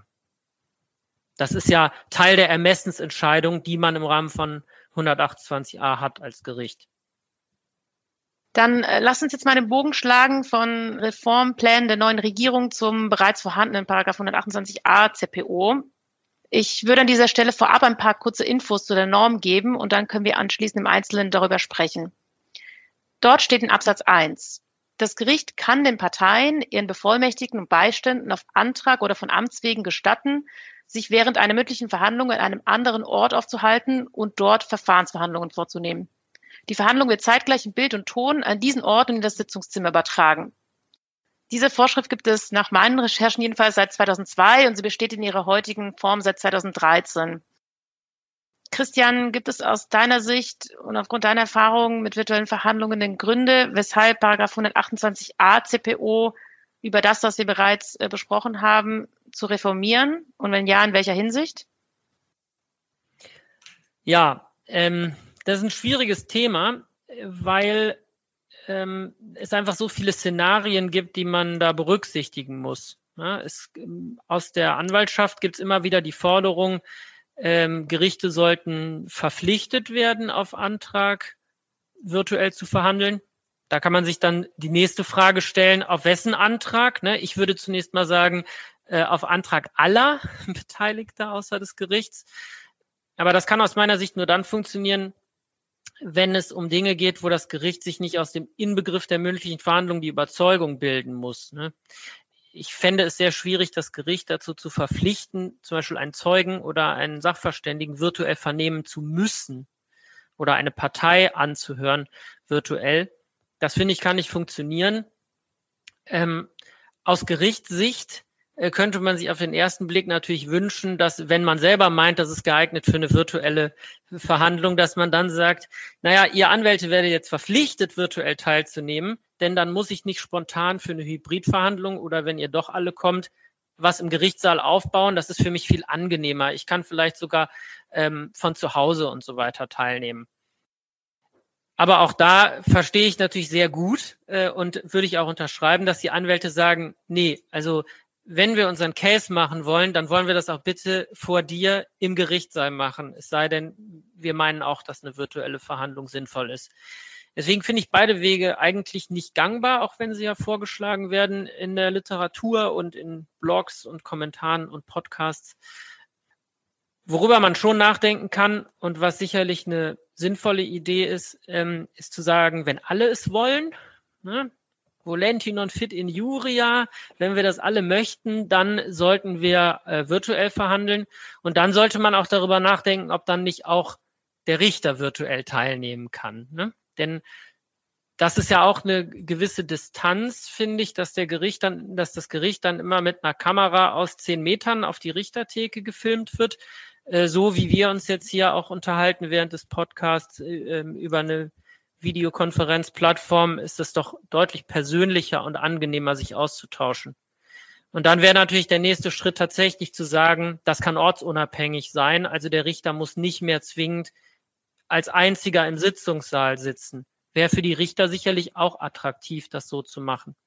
Das ist ja Teil der Ermessensentscheidung, die man im Rahmen von hundertachtundzwanzig a hat als Gericht. Dann äh, lass uns jetzt mal den Bogen schlagen von Reformplänen der neuen Regierung zum bereits vorhandenen Paragraph hundertachtundzwanzig a Z P O. Ich würde an dieser Stelle vorab ein paar kurze Infos zu der Norm geben und dann können wir anschließend im Einzelnen darüber sprechen. Dort steht in Absatz eins: Das Gericht kann den Parteien, ihren Bevollmächtigten und Beiständen auf Antrag oder von Amts wegen gestatten, sich während einer mündlichen Verhandlung an einem anderen Ort aufzuhalten und dort Verfahrensverhandlungen vorzunehmen. Die Verhandlung wird zeitgleich in Bild und Ton an diesen Ort und in das Sitzungszimmer übertragen. Diese Vorschrift gibt es nach meinen Recherchen jedenfalls seit zweitausendzwei und sie besteht in ihrer heutigen Form seit zweitausenddreizehn. Christian, gibt es aus deiner Sicht und aufgrund deiner Erfahrungen mit virtuellen Verhandlungen denn Gründe, weshalb Paragraph hundertachtundzwanzig a Z P O über das, was wir bereits äh, besprochen haben, zu reformieren? Und wenn ja, in welcher Hinsicht? Ja, ähm, das ist ein schwieriges Thema, weil ähm, es einfach so viele Szenarien gibt, die man da berücksichtigen muss. Ja, es, aus der Anwaltschaft gibt es immer wieder die Forderung, ähm, Gerichte sollten verpflichtet werden, auf Antrag virtuell zu verhandeln. Da kann man sich dann die nächste Frage stellen, auf wessen Antrag? Ne? Ich würde zunächst mal sagen, äh, auf Antrag aller Beteiligter außer des Gerichts. Aber das kann aus meiner Sicht nur dann funktionieren, wenn es um Dinge geht, wo das Gericht sich nicht aus dem Inbegriff der mündlichen Verhandlung die Überzeugung bilden muss. Ne? Ich fände es sehr schwierig, das Gericht dazu zu verpflichten, zum Beispiel einen Zeugen oder einen Sachverständigen virtuell vernehmen zu müssen oder eine Partei anzuhören virtuell. Das finde ich kann nicht funktionieren. Ähm, aus Gerichtssicht äh, könnte man sich auf den ersten Blick natürlich wünschen, dass, wenn man selber meint, das ist geeignet für eine virtuelle Verhandlung, dass man dann sagt, naja, ihr Anwälte werdet jetzt verpflichtet, virtuell teilzunehmen, denn dann muss ich nicht spontan für eine Hybridverhandlung oder wenn ihr doch alle kommt, was im Gerichtssaal aufbauen. Das ist für mich viel angenehmer. Ich kann vielleicht sogar ähm, von zu Hause und so weiter teilnehmen. Aber auch da verstehe ich natürlich sehr gut äh, und würde ich auch unterschreiben, dass die Anwälte sagen, nee, also wenn wir unseren Case machen wollen, dann wollen wir das auch bitte vor dir im Gerichtssaal machen. Es sei denn, wir meinen auch, dass eine virtuelle Verhandlung sinnvoll ist. Deswegen finde ich beide Wege eigentlich nicht gangbar, auch wenn sie ja vorgeschlagen werden in der Literatur und in Blogs und Kommentaren und Podcasts. Worüber man schon nachdenken kann und was sicherlich eine sinnvolle Idee ist, ähm, ist zu sagen, wenn alle es wollen, ne, volenti non fit in juria, wenn wir das alle möchten, dann sollten wir äh, virtuell verhandeln und dann sollte man auch darüber nachdenken, ob dann nicht auch der Richter virtuell teilnehmen kann, ne? Denn das ist ja auch eine gewisse Distanz, finde ich, dass der Gericht dann, dass das Gericht dann immer mit einer Kamera aus zehn Metern auf die Richtertheke gefilmt wird, äh, so wie wir uns jetzt hier auch unterhalten während des Podcasts äh, über eine Videokonferenzplattform, ist es doch deutlich persönlicher und angenehmer, sich auszutauschen. Und dann wäre natürlich der nächste Schritt tatsächlich zu sagen, das kann ortsunabhängig sein, also der Richter muss nicht mehr zwingend als einziger im Sitzungssaal sitzen. Wäre für die Richter sicherlich auch attraktiv, das so zu machen.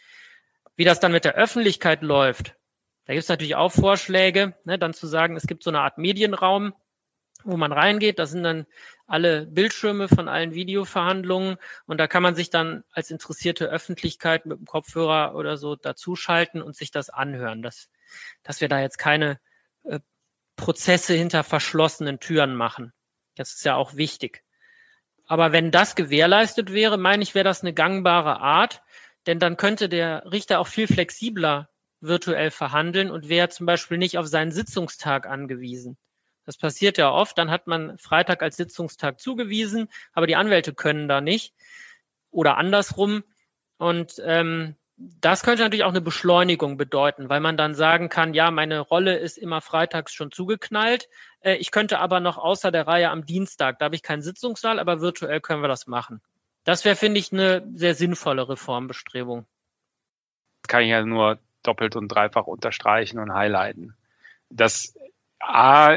Wie das dann mit der Öffentlichkeit läuft, da gibt es natürlich auch Vorschläge, ne, dann zu sagen, es gibt so eine Art Medienraum, wo man reingeht, da sind dann alle Bildschirme von allen Videoverhandlungen und da kann man sich dann als interessierte Öffentlichkeit mit dem Kopfhörer oder so dazuschalten und sich das anhören, dass, dass wir da jetzt keine äh, Prozesse hinter verschlossenen Türen machen. Das ist ja auch wichtig. Aber wenn das gewährleistet wäre, meine ich, wäre das eine gangbare Art, denn dann könnte der Richter auch viel flexibler virtuell verhandeln und wäre zum Beispiel nicht auf seinen Sitzungstag angewiesen. Das passiert ja oft, dann hat man Freitag als Sitzungstag zugewiesen, aber die Anwälte können da nicht oder andersrum. Und ähm, das könnte natürlich auch eine Beschleunigung bedeuten, weil man dann sagen kann, ja, meine Rolle ist immer freitags schon zugeknallt. Äh, ich könnte aber noch außer der Reihe am Dienstag, da habe ich keinen Sitzungssaal, aber virtuell können wir das machen. Das wäre, finde ich, eine sehr sinnvolle Reformbestrebung. Das kann ich ja nur doppelt und dreifach unterstreichen und highlighten. Das A,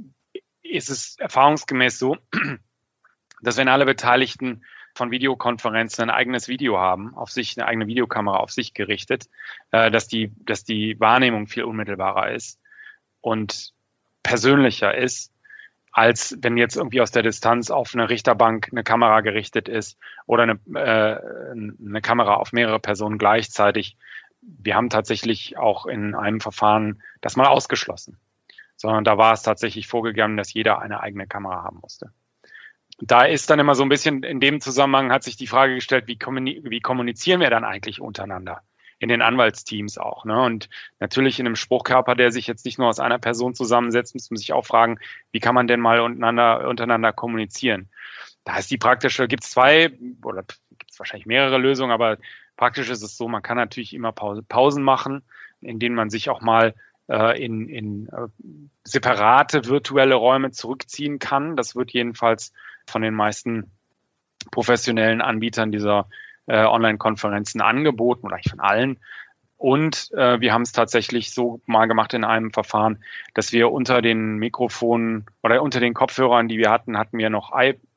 ist es erfahrungsgemäß so, dass wenn alle Beteiligten von Videokonferenzen ein eigenes Video haben, auf sich, eine eigene Videokamera auf sich gerichtet, äh, dass die, dass die Wahrnehmung viel unmittelbarer ist und persönlicher ist, als wenn jetzt irgendwie aus der Distanz auf eine Richterbank eine Kamera gerichtet ist oder eine, äh, eine Kamera auf mehrere Personen gleichzeitig. Wir haben tatsächlich auch in einem Verfahren das mal ausgeschlossen, sondern da war es tatsächlich vorgegangen, dass jeder eine eigene Kamera haben musste. Da ist dann immer so ein bisschen, in dem Zusammenhang hat sich die Frage gestellt, wie, kommuni- wie kommunizieren wir dann eigentlich untereinander? In den Anwaltsteams auch, ne? Und natürlich in einem Spruchkörper, der sich jetzt nicht nur aus einer Person zusammensetzt, muss man sich auch fragen, wie kann man denn mal untereinander, untereinander kommunizieren? Da ist die praktische, gibt es zwei, oder gibt es wahrscheinlich mehrere Lösungen, aber praktisch ist es so, man kann natürlich immer Pause, Pausen machen, in denen man sich auch mal äh, in, in äh, separate virtuelle Räume zurückziehen kann. Das wird jedenfalls von den meisten professionellen Anbietern dieser äh, Online-Konferenzen angeboten, oder eigentlich von allen. Und äh, wir haben es tatsächlich so mal gemacht in einem Verfahren, dass wir unter den Mikrofonen oder unter den Kopfhörern, die wir hatten, hatten wir noch I-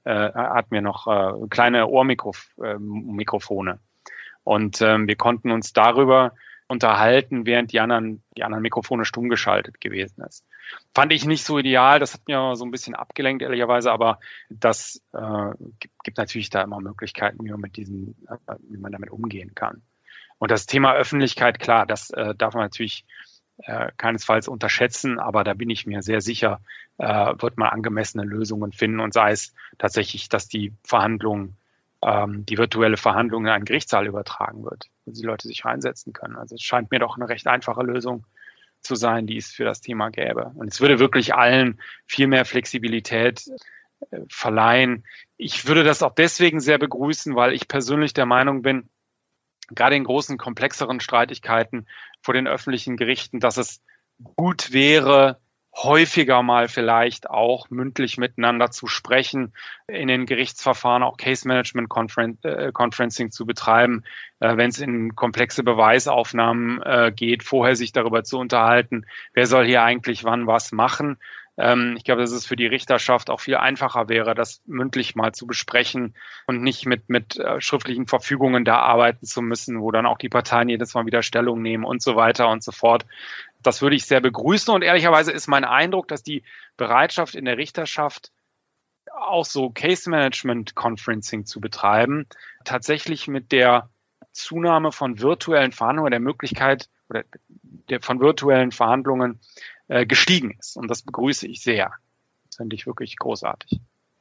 äh, hatten wir noch äh, kleine Ohrmikrofone. Äh, und ähm, wir konnten uns darüber unterhalten, während die anderen, die anderen Mikrofone stumm geschaltet gewesen ist. Fand ich nicht so ideal, das hat mir so ein bisschen abgelenkt, ehrlicherweise, aber das äh, gibt, gibt natürlich da immer Möglichkeiten, wie man mit diesen, äh, wie man damit umgehen kann. Und das Thema Öffentlichkeit, klar, das äh, darf man natürlich äh, keinesfalls unterschätzen, aber da bin ich mir sehr sicher, äh, wird man angemessene Lösungen finden und sei es tatsächlich, dass die Verhandlungen die virtuelle Verhandlung in einen Gerichtssaal übertragen wird, wo die Leute sich reinsetzen können. Also es scheint mir doch eine recht einfache Lösung zu sein, die es für das Thema gäbe. Und es würde wirklich allen viel mehr Flexibilität äh, verleihen. Ich würde das auch deswegen sehr begrüßen, weil ich persönlich der Meinung bin, gerade in großen, komplexeren Streitigkeiten vor den öffentlichen Gerichten, dass es gut wäre, häufiger mal vielleicht auch mündlich miteinander zu sprechen, in den Gerichtsverfahren auch Case Management Conferen- äh, Conferencing zu betreiben, äh, wenn es in komplexe Beweisaufnahmen äh, geht, vorher sich darüber zu unterhalten, wer soll hier eigentlich wann was machen. Ähm, ich glaube, dass es für die Richterschaft auch viel einfacher wäre, das mündlich mal zu besprechen und nicht mit, mit äh, schriftlichen Verfügungen da arbeiten zu müssen, wo dann auch die Parteien jedes Mal wieder Stellung nehmen und so weiter und so fort. Das würde ich sehr begrüßen und ehrlicherweise ist mein Eindruck, dass die Bereitschaft in der Richterschaft auch so Case Management Conferencing zu betreiben, tatsächlich mit der Zunahme von virtuellen Verhandlungen, der Möglichkeit oder der von virtuellen Verhandlungen äh, gestiegen ist. Und das begrüße ich sehr. Das finde ich wirklich großartig.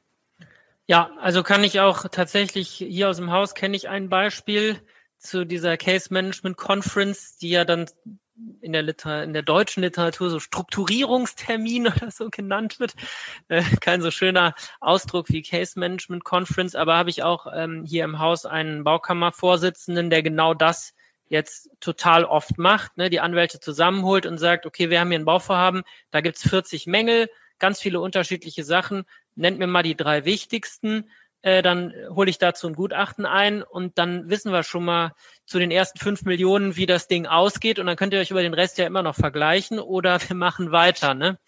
Ja, also kann ich auch tatsächlich hier aus dem Haus kenne ich ein Beispiel zu dieser Case Management Conference, die ja dann in der Liter- in der deutschen Literatur so Strukturierungstermin oder so genannt wird. Äh, kein so schöner Ausdruck wie Case Management Conference, aber habe ich auch ähm, hier im Haus einen Baukammervorsitzenden, der genau das jetzt total oft macht, ne, die Anwälte zusammenholt und sagt, okay, wir haben hier ein Bauvorhaben, da gibt's vierzig Mängel, ganz viele unterschiedliche Sachen, nennt mir mal die drei wichtigsten, äh, dann hole ich dazu ein Gutachten ein und dann wissen wir schon mal zu den ersten fünf Millionen, wie das Ding ausgeht und dann könnt ihr euch über den Rest ja immer noch vergleichen oder wir machen weiter, ne?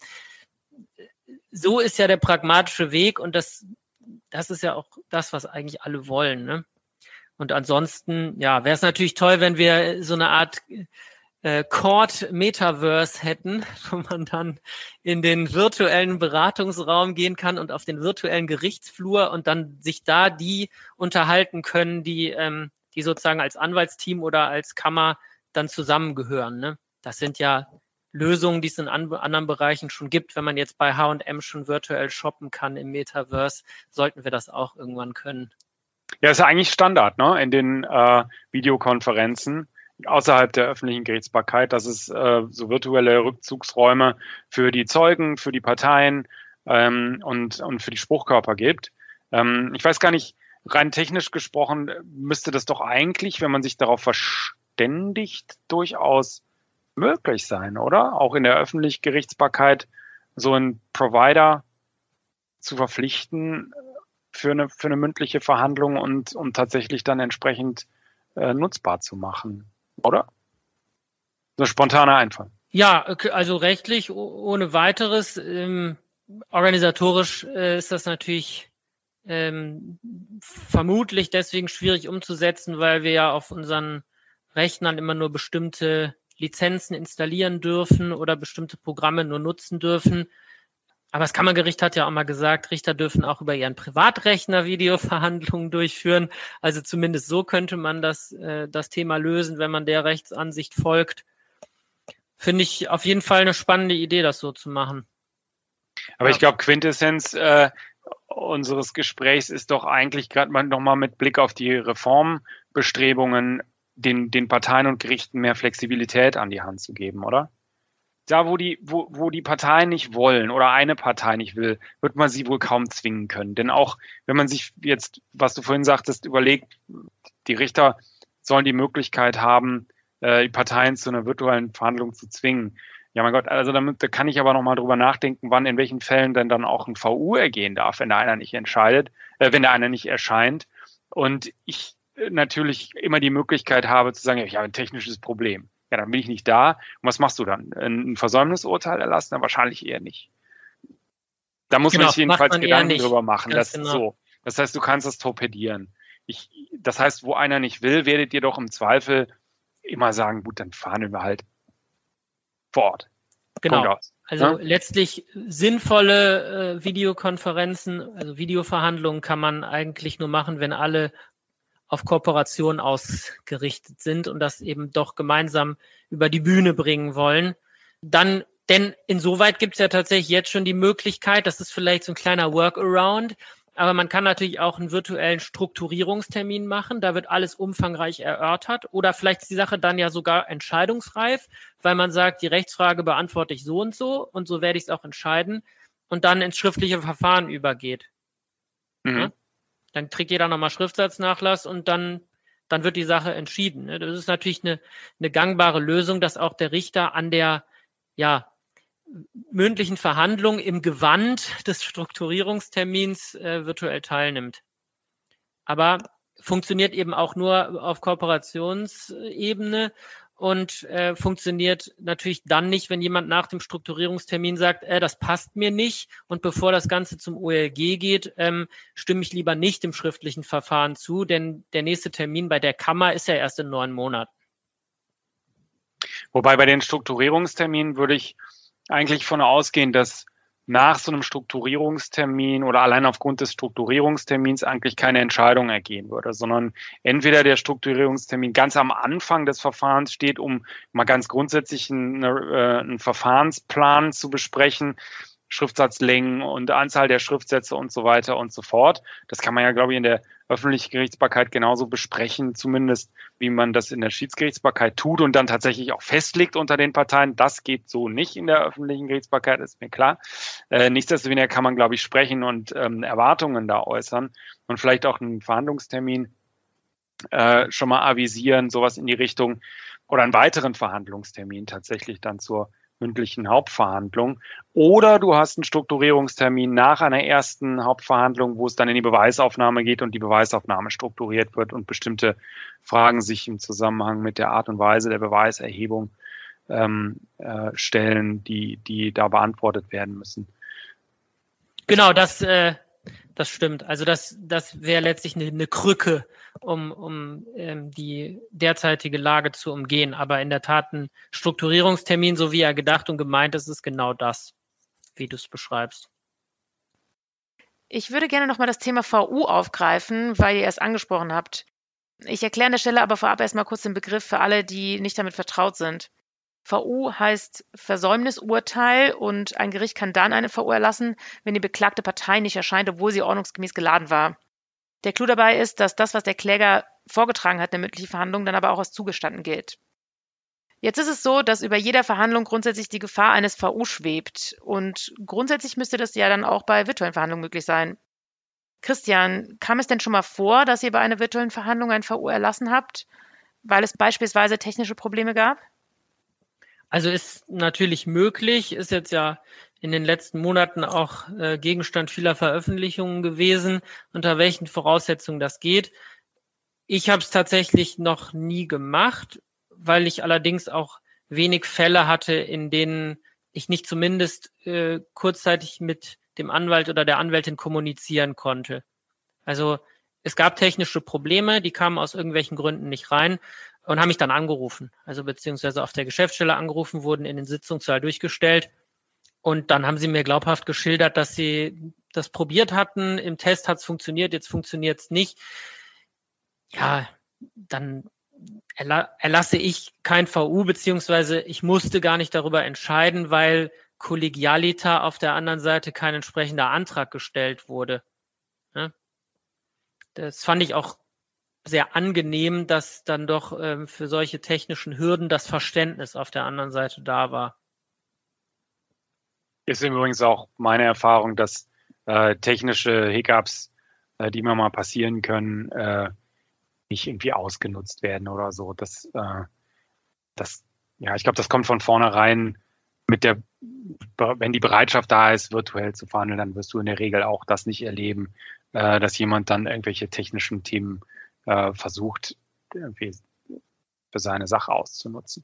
So ist ja der pragmatische Weg und das, das ist ja auch das, was eigentlich alle wollen, ne? Und ansonsten, ja, wäre es natürlich toll, wenn wir so eine Art äh, Court-Metaverse hätten, wo man dann in den virtuellen Beratungsraum gehen kann und auf den virtuellen Gerichtsflur und dann sich da die unterhalten können, die, ähm, die sozusagen als Anwaltsteam oder als Kammer dann zusammengehören, ne? Das sind ja Lösungen, die es in an, anderen Bereichen schon gibt. Wenn man jetzt bei H und M schon virtuell shoppen kann im Metaverse, sollten wir das auch irgendwann können. Ja, ist ja eigentlich Standard, ne, in den äh, Videokonferenzen außerhalb der öffentlichen Gerichtsbarkeit, dass es äh, so virtuelle Rückzugsräume für die Zeugen, für die Parteien ähm, und, und für die Spruchkörper gibt. Ähm, ich weiß gar nicht, rein technisch gesprochen müsste das doch eigentlich, wenn man sich darauf verständigt, durchaus möglich sein, oder? Auch in der öffentlichen Gerichtsbarkeit so einen Provider zu verpflichten für eine, für eine mündliche Verhandlung und, und tatsächlich dann entsprechend äh, nutzbar zu machen, oder? So ein spontaner Einfall. Ja, also rechtlich ohne weiteres. Ähm, organisatorisch äh, ist das natürlich ähm, vermutlich deswegen schwierig umzusetzen, weil wir ja auf unseren Rechnern immer nur bestimmte Lizenzen installieren dürfen oder bestimmte Programme nur nutzen dürfen. Aber das Kammergericht hat ja auch mal gesagt, Richter dürfen auch über ihren Privatrechner Videoverhandlungen durchführen. Also zumindest so könnte man das, äh, das Thema lösen, wenn man der Rechtsansicht folgt. Finde ich auf jeden Fall eine spannende Idee, das so zu machen. Aber ja. Ich glaube, Quintessenz äh, unseres Gesprächs ist doch eigentlich gerade mal nochmal mit Blick auf die Reformbestrebungen den, den Parteien und Gerichten mehr Flexibilität an die Hand zu geben, oder? Da, wo die, wo, wo die Parteien nicht wollen oder eine Partei nicht will, wird man sie wohl kaum zwingen können. Denn auch, wenn man sich jetzt, was du vorhin sagtest, überlegt, die Richter sollen die Möglichkeit haben, die Parteien zu einer virtuellen Verhandlung zu zwingen. Ja, mein Gott, also damit, da kann ich aber nochmal drüber nachdenken, wann, in welchen Fällen denn dann auch ein V U ergehen darf, wenn da einer nicht entscheidet, äh, wenn da einer nicht erscheint. Und ich äh, natürlich immer die Möglichkeit habe zu sagen, ja, ich habe ein technisches Problem. Ja, dann bin ich nicht da. Und was machst du dann? Ein Versäumnisurteil erlassen? Dann wahrscheinlich eher nicht. Da muss genau, man sich jedenfalls man Gedanken drüber machen. Das genau. so. Das heißt, du kannst es torpedieren. Ich, das heißt, wo einer nicht will, werdet ihr doch im Zweifel immer sagen, gut, dann verhandeln wir halt vor Ort. Genau. Also ja? Letztlich sinnvolle äh, Videokonferenzen, also Videoverhandlungen kann man eigentlich nur machen, wenn alle auf Kooperation ausgerichtet sind und das eben doch gemeinsam über die Bühne bringen wollen. Dann, denn insoweit gibt es ja tatsächlich jetzt schon die Möglichkeit, das ist vielleicht so ein kleiner Workaround, aber man kann natürlich auch einen virtuellen Strukturierungstermin machen, da wird alles umfangreich erörtert oder vielleicht ist die Sache dann ja sogar entscheidungsreif, weil man sagt, die Rechtsfrage beantworte ich so und so und so werde ich es auch entscheiden und dann ins schriftliche Verfahren übergeht. Mhm. Ja? Dann kriegt jeder nochmal Schriftsatznachlass und dann, dann wird die Sache entschieden. Das ist natürlich eine, eine gangbare Lösung, dass auch der Richter an der ja, mündlichen Verhandlung im Gewand des Strukturierungstermins äh, virtuell teilnimmt. Aber funktioniert eben auch nur auf Kooperationsebene und äh, funktioniert natürlich dann nicht, wenn jemand nach dem Strukturierungstermin sagt, äh, das passt mir nicht und bevor das Ganze zum O L G geht, ähm, stimme ich lieber nicht dem schriftlichen Verfahren zu, denn der nächste Termin bei der Kammer ist ja erst in neun Monaten. Wobei bei den Strukturierungsterminen würde ich eigentlich von ausgehen, dass nach so einem Strukturierungstermin oder allein aufgrund des Strukturierungstermins eigentlich keine Entscheidung ergehen würde, sondern entweder der Strukturierungstermin ganz am Anfang des Verfahrens steht, um mal ganz grundsätzlich einen, äh, einen Verfahrensplan zu besprechen, Schriftsatzlängen und Anzahl der Schriftsätze und so weiter und so fort. Das kann man ja, glaube ich, in der öffentlichen Gerichtsbarkeit genauso besprechen, zumindest wie man das in der Schiedsgerichtsbarkeit tut und dann tatsächlich auch festlegt unter den Parteien. Das geht so nicht in der öffentlichen Gerichtsbarkeit, ist mir klar. Äh, nichtsdestoweniger kann man, glaube ich, sprechen und ähm, Erwartungen da äußern und vielleicht auch einen Verhandlungstermin äh, schon mal avisieren, sowas in die Richtung oder einen weiteren Verhandlungstermin tatsächlich dann zur mündlichen Hauptverhandlung. Oder du hast einen Strukturierungstermin nach einer ersten Hauptverhandlung, wo es dann in die Beweisaufnahme geht und die Beweisaufnahme strukturiert wird und bestimmte Fragen sich im Zusammenhang mit der Art und Weise der Beweiserhebung ähm, äh, stellen, die, die da beantwortet werden müssen. Genau, das, äh, das stimmt. Also das, das wäre letztlich eine, eine Krücke, um, um ähm, die derzeitige Lage zu umgehen. Aber in der Tat ein Strukturierungstermin, so wie er gedacht und gemeint ist, ist genau das, wie du es beschreibst. Ich würde gerne nochmal das Thema V U aufgreifen, weil ihr es angesprochen habt. Ich erkläre an der Stelle aber vorab erstmal kurz den Begriff für alle, die nicht damit vertraut sind. V U heißt Versäumnisurteil und ein Gericht kann dann eine V U erlassen, wenn die beklagte Partei nicht erscheint, obwohl sie ordnungsgemäß geladen war. Der Clou dabei ist, dass das, was der Kläger vorgetragen hat in der mündlichen Verhandlung, dann aber auch als zugestanden gilt. Jetzt ist es so, dass über jeder Verhandlung grundsätzlich die Gefahr eines V U schwebt und grundsätzlich müsste das ja dann auch bei virtuellen Verhandlungen möglich sein. Christian, kam es denn schon mal vor, dass ihr bei einer virtuellen Verhandlung ein V U erlassen habt, weil es beispielsweise technische Probleme gab? Also ist natürlich möglich, ist jetzt ja in den letzten Monaten auch äh, Gegenstand vieler Veröffentlichungen gewesen, unter welchen Voraussetzungen das geht. Ich habe es tatsächlich noch nie gemacht, weil ich allerdings auch wenig Fälle hatte, in denen ich nicht zumindest äh, kurzzeitig mit dem Anwalt oder der Anwältin kommunizieren konnte. Also es gab technische Probleme, die kamen aus irgendwelchen Gründen nicht rein und haben mich dann angerufen, also beziehungsweise auf der Geschäftsstelle angerufen, wurden in den Sitzungssaal durchgestellt und dann haben sie mir glaubhaft geschildert, dass sie das probiert hatten, im Test hat es funktioniert, jetzt funktioniert es nicht. Ja, dann erla- erlasse ich kein V U, beziehungsweise ich musste gar nicht darüber entscheiden, weil Kollegialita auf der anderen Seite kein entsprechender Antrag gestellt wurde. Ja? Das fand ich auch sehr angenehm, dass dann doch ähm, für solche technischen Hürden das Verständnis auf der anderen Seite da war. Ist übrigens auch meine Erfahrung, dass äh, technische Hiccups, äh, die immer mal passieren können, äh, nicht irgendwie ausgenutzt werden oder so. Das, äh, das, ja, ich glaube, das kommt von vornherein mit der, wenn die Bereitschaft da ist, virtuell zu verhandeln, dann wirst du in der Regel auch das nicht erleben, äh, dass jemand dann irgendwelche technischen Themen äh, versucht, irgendwie für seine Sache auszunutzen.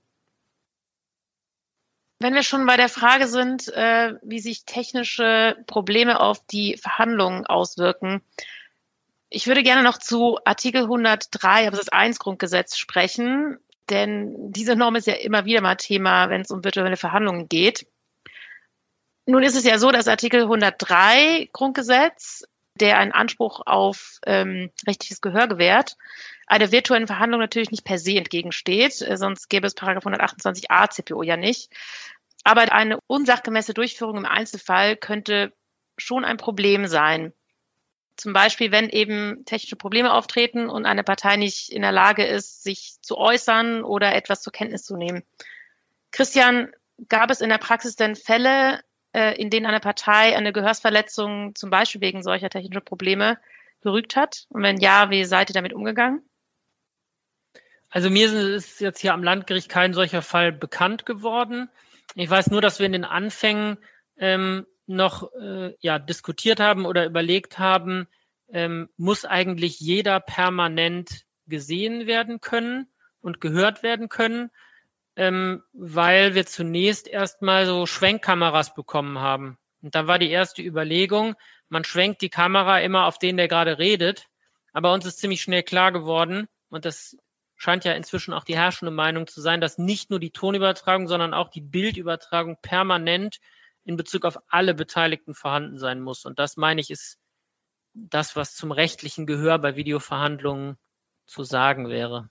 Wenn wir schon bei der Frage sind, äh, wie sich technische Probleme auf die Verhandlungen auswirken, Ich würde gerne noch zu Artikel hundertdrei Absatz eins Grundgesetz sprechen, denn diese Norm ist ja immer wieder mal Thema, wenn es um virtuelle Verhandlungen geht. Nun ist es ja so, dass Artikel hundertdrei Grundgesetz, der einen Anspruch auf ähm, rechtliches Gehör gewährt, einer virtuellen Verhandlung natürlich nicht per se entgegensteht, äh, sonst gäbe es Paragraph hundertachtundzwanzig a C P O ja nicht. Aber eine unsachgemäße Durchführung im Einzelfall könnte schon ein Problem sein. Zum Beispiel, wenn eben technische Probleme auftreten und eine Partei nicht in der Lage ist, sich zu äußern oder etwas zur Kenntnis zu nehmen. Christian, gab es in der Praxis denn Fälle, in denen eine Partei eine Gehörsverletzung zum Beispiel wegen solcher technischer Probleme gerügt hat? Und wenn ja, wie seid ihr damit umgegangen? Also mir ist jetzt hier am Landgericht kein solcher Fall bekannt geworden. Ich weiß nur, dass wir in den Anfängen ähm, noch äh, ja, diskutiert haben oder überlegt haben, ähm, muss eigentlich jeder permanent gesehen werden können und gehört werden können, ähm, weil wir zunächst erstmal so Schwenkkameras bekommen haben. Und da war die erste Überlegung, man schwenkt die Kamera immer auf den, der gerade redet. Aber uns ist ziemlich schnell klar geworden, und das scheint ja inzwischen auch die herrschende Meinung zu sein, dass nicht nur die Tonübertragung, sondern auch die Bildübertragung permanent in Bezug auf alle Beteiligten vorhanden sein muss. Und das, meine ich, ist das, was zum rechtlichen Gehör bei Videoverhandlungen zu sagen wäre.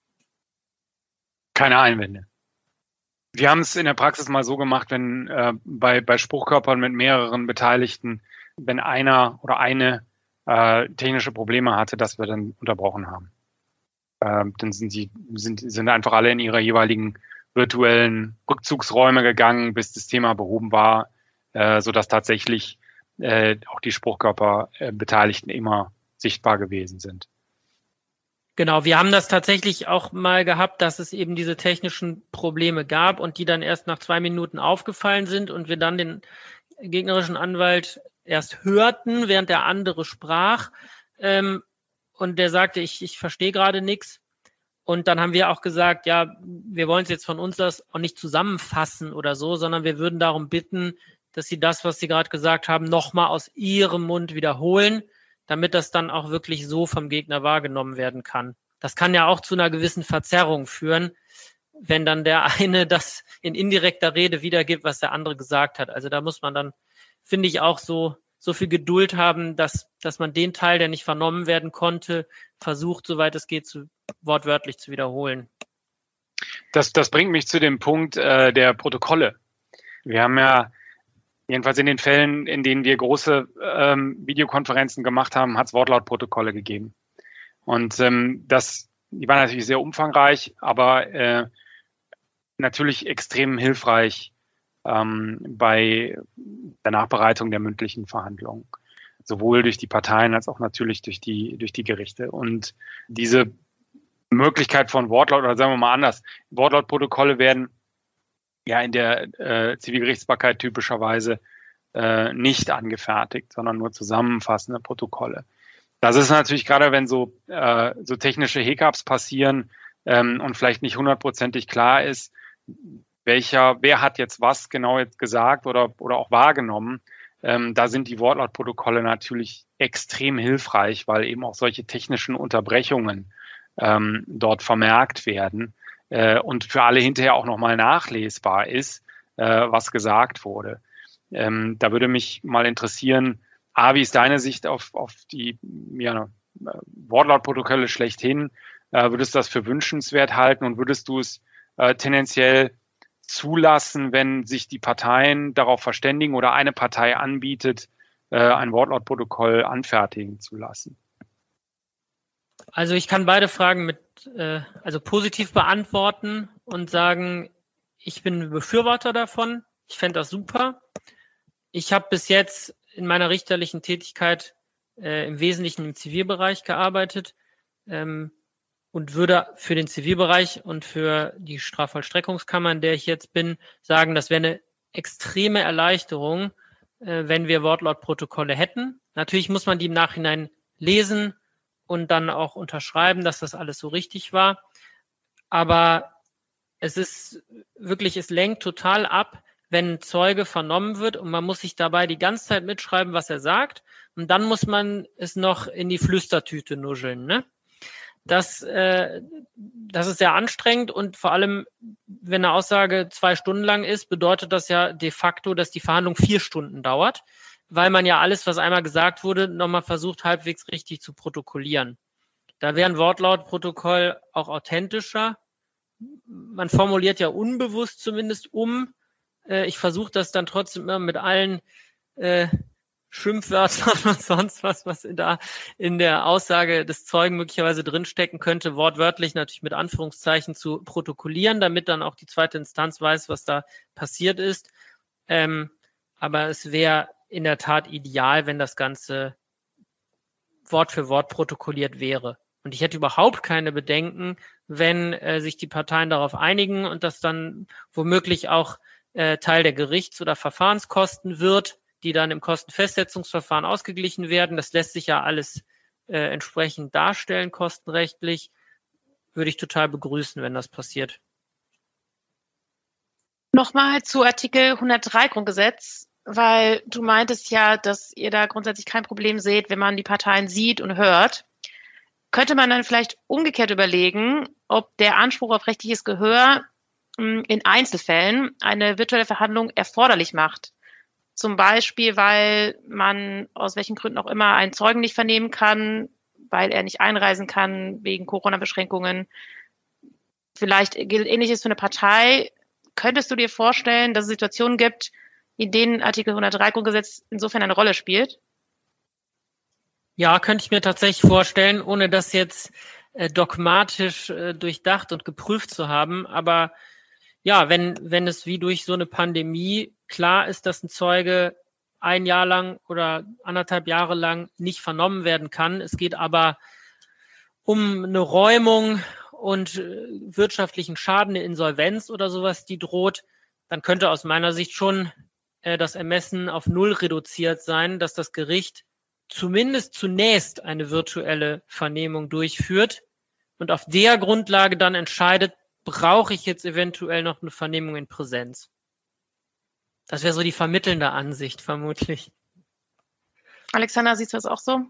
Keine Einwände. Wir haben es in der Praxis mal so gemacht, wenn äh, bei, bei Spruchkörpern mit mehreren Beteiligten, wenn einer oder eine äh, technische Probleme hatte, dass wir dann unterbrochen haben. Äh, dann sind sie sind, sind einfach alle in ihre jeweiligen virtuellen Rückzugsräume gegangen, bis das Thema behoben war, äh, sodass tatsächlich äh, auch die Spruchkörper-Beteiligten äh, immer sichtbar gewesen sind. Genau, wir haben das tatsächlich auch mal gehabt, dass es eben diese technischen Probleme gab und die dann erst nach zwei Minuten aufgefallen sind und wir dann den gegnerischen Anwalt erst hörten, während der andere sprach, ähm, und der sagte, ich, ich verstehe gerade nichts. Und dann haben wir auch gesagt, ja, wir wollen es jetzt von uns das auch nicht zusammenfassen oder so, sondern wir würden darum bitten, dass Sie das, was Sie gerade gesagt haben, nochmal aus Ihrem Mund wiederholen, damit das dann auch wirklich so vom Gegner wahrgenommen werden kann. Das kann ja auch zu einer gewissen Verzerrung führen, wenn dann der eine das in indirekter Rede wiedergibt, was der andere gesagt hat. Also da muss man dann, finde ich, auch so so viel Geduld haben, dass dass man den Teil, der nicht vernommen werden konnte, versucht, soweit es geht, zu, wortwörtlich zu wiederholen. Das, das bringt mich zu dem Punkt äh, der Protokolle. Wir haben ja jedenfalls in den Fällen, in denen wir große ähm, Videokonferenzen gemacht haben, hat es Wortlautprotokolle gegeben. Und ähm, das, die waren natürlich sehr umfangreich, aber äh, natürlich extrem hilfreich ähm, bei der Nachbereitung der mündlichen Verhandlungen. Sowohl durch die Parteien als auch natürlich durch die, durch die Gerichte. Und diese Möglichkeit von Wortlaut, oder sagen wir mal anders, Wortlautprotokolle werden ja in der äh, Zivilgerichtsbarkeit typischerweise äh, nicht angefertigt, sondern nur zusammenfassende Protokolle. Das ist natürlich gerade, wenn so, äh, so technische Hiccups passieren ähm, und vielleicht nicht hundertprozentig klar ist, welcher, wer hat jetzt was genau jetzt gesagt oder, oder auch wahrgenommen, ähm, da sind die Wortlautprotokolle natürlich extrem hilfreich, weil eben auch solche technischen Unterbrechungen ähm, dort vermerkt werden äh, und für alle hinterher auch nochmal nachlesbar ist, äh, was gesagt wurde. Ähm, da würde mich mal interessieren, A, wie ist deine Sicht auf, auf die ja, Wortlautprotokolle schlechthin? Äh, würdest du das für wünschenswert halten und würdest du es äh, tendenziell zulassen, wenn sich die Parteien darauf verständigen oder eine Partei anbietet, äh, ein Wortlautprotokoll anfertigen zu lassen? Also ich kann beide Fragen mit äh, also positiv beantworten und sagen, ich bin Befürworter davon. Ich fände das super. Ich habe bis jetzt in meiner richterlichen Tätigkeit äh, im Wesentlichen im Zivilbereich gearbeitet ähm, und würde für den Zivilbereich und für die Strafvollstreckungskammer, in der ich jetzt bin, sagen, das wäre eine extreme Erleichterung, äh, wenn wir Wortlautprotokolle hätten. Natürlich muss man die im Nachhinein lesen und dann auch unterschreiben, dass das alles so richtig war. Aber es ist wirklich, es lenkt total ab, wenn ein Zeuge vernommen wird und man muss sich dabei die ganze Zeit mitschreiben, was er sagt. und dann muss man es noch in die Flüstertüte nuscheln, ne? Das, äh, das ist sehr anstrengend und vor allem, wenn eine Aussage zwei Stunden lang ist, bedeutet das ja de facto, dass die Verhandlung vier Stunden dauert, weil man ja alles, was einmal gesagt wurde, nochmal versucht, halbwegs richtig zu protokollieren. Da wäre ein Wortlautprotokoll auch authentischer. Man formuliert ja unbewusst zumindest um. Äh, ich versuche das dann trotzdem immer mit allen äh, Schimpfwörtern und sonst was, was in, da in der Aussage des Zeugen möglicherweise drinstecken könnte, wortwörtlich natürlich mit Anführungszeichen zu protokollieren, damit dann auch die zweite Instanz weiß, was da passiert ist. Ähm, aber es wäre in der Tat ideal, wenn das Ganze Wort für Wort protokolliert wäre. Und ich hätte überhaupt keine Bedenken, wenn äh, sich die Parteien darauf einigen und das dann womöglich auch äh, Teil der Gerichts- oder Verfahrenskosten wird, die dann im Kostenfestsetzungsverfahren ausgeglichen werden. Das lässt sich ja alles äh, entsprechend darstellen, kostenrechtlich. Würde ich total begrüßen, wenn das passiert. Nochmal zu Artikel hundertdrei Grundgesetz, weil du meintest ja, dass ihr da grundsätzlich kein Problem seht, wenn man die Parteien sieht und hört. Könnte man dann vielleicht umgekehrt überlegen, ob der Anspruch auf rechtliches Gehör mh, in Einzelfällen eine virtuelle Verhandlung erforderlich macht? Zum Beispiel, weil man aus welchen Gründen auch immer einen Zeugen nicht vernehmen kann, weil er nicht einreisen kann wegen Corona-Beschränkungen. Vielleicht gilt Ähnliches für eine Partei. Könntest du dir vorstellen, dass es Situationen gibt, in denen Artikel hundertdrei Grundgesetz insofern eine Rolle spielt? Ja, könnte ich mir tatsächlich vorstellen, ohne das jetzt äh, dogmatisch äh, durchdacht und geprüft zu haben. Aber ja, wenn, wenn es wie durch so eine Pandemie klar ist, dass ein Zeuge ein Jahr lang oder anderthalb Jahre lang nicht vernommen werden kann, es geht aber um eine Räumung und äh, wirtschaftlichen Schaden, eine Insolvenz oder sowas, die droht, dann könnte aus meiner Sicht schon äh, das Ermessen auf Null reduziert sein, dass das Gericht zumindest zunächst eine virtuelle Vernehmung durchführt und auf der Grundlage dann entscheidet, brauche ich jetzt eventuell noch eine Vernehmung in Präsenz. Das wäre so die vermittelnde Ansicht vermutlich. Alexander, siehst du das auch so?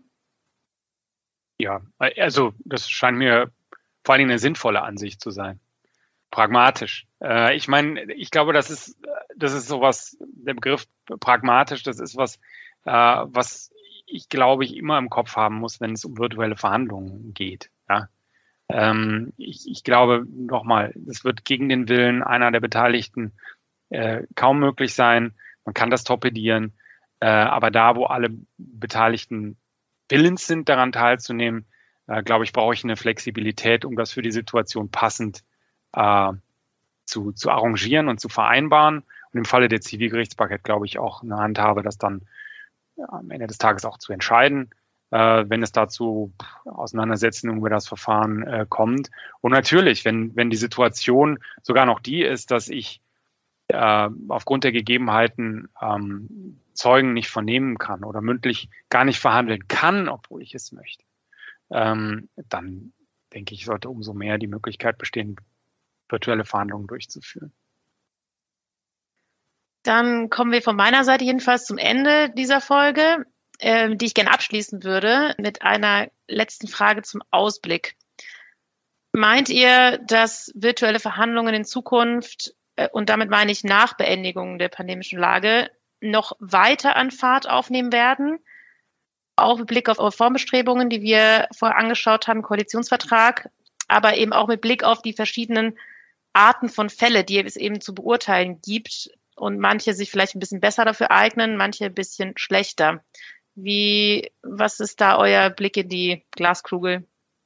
Ja, also das scheint mir vor allen Dingen eine sinnvolle Ansicht zu sein. Pragmatisch. Äh, ich meine, ich glaube, das ist, das ist sowas, der Begriff pragmatisch, das ist was, äh, was ich glaube ich immer im Kopf haben muss, wenn es um virtuelle Verhandlungen geht. Ja. Ähm, ich, ich glaube, nochmal, das wird gegen den Willen einer der Beteiligten äh, kaum möglich sein. Man kann das torpedieren, äh, aber da, wo alle Beteiligten willens sind, daran teilzunehmen, äh, glaube ich, brauche ich eine Flexibilität, um das für die Situation passend äh, zu, zu arrangieren und zu vereinbaren. Und im Falle der Zivilgerichtsbarkeit, glaube ich, auch eine Handhabe, das dann ja, am Ende des Tages auch zu entscheiden, äh, wenn es dazu Auseinandersetzungen über das Verfahren äh, kommt. Und natürlich, wenn, wenn die Situation sogar noch die ist, dass ich äh, aufgrund der Gegebenheiten ähm, Zeugen nicht vernehmen kann oder mündlich gar nicht verhandeln kann, obwohl ich es möchte, ähm, dann denke ich, sollte umso mehr die Möglichkeit bestehen, virtuelle Verhandlungen durchzuführen. Dann kommen wir von meiner Seite jedenfalls zum Ende dieser Folge, äh, die ich gerne abschließen würde mit einer letzten Frage zum Ausblick. Meint ihr, dass virtuelle Verhandlungen in Zukunft, äh, und damit meine ich nach Beendigung der pandemischen Lage, noch weiter an Fahrt aufnehmen werden? Auch mit Blick auf Reformbestrebungen, die wir vorher angeschaut haben im Koalitionsvertrag, aber eben auch mit Blick auf die verschiedenen Arten von Fälle, die es eben zu beurteilen gibt und manche sich vielleicht ein bisschen besser dafür eignen, manche ein bisschen schlechter. Wie, was ist da euer Blick in die Glaskugel?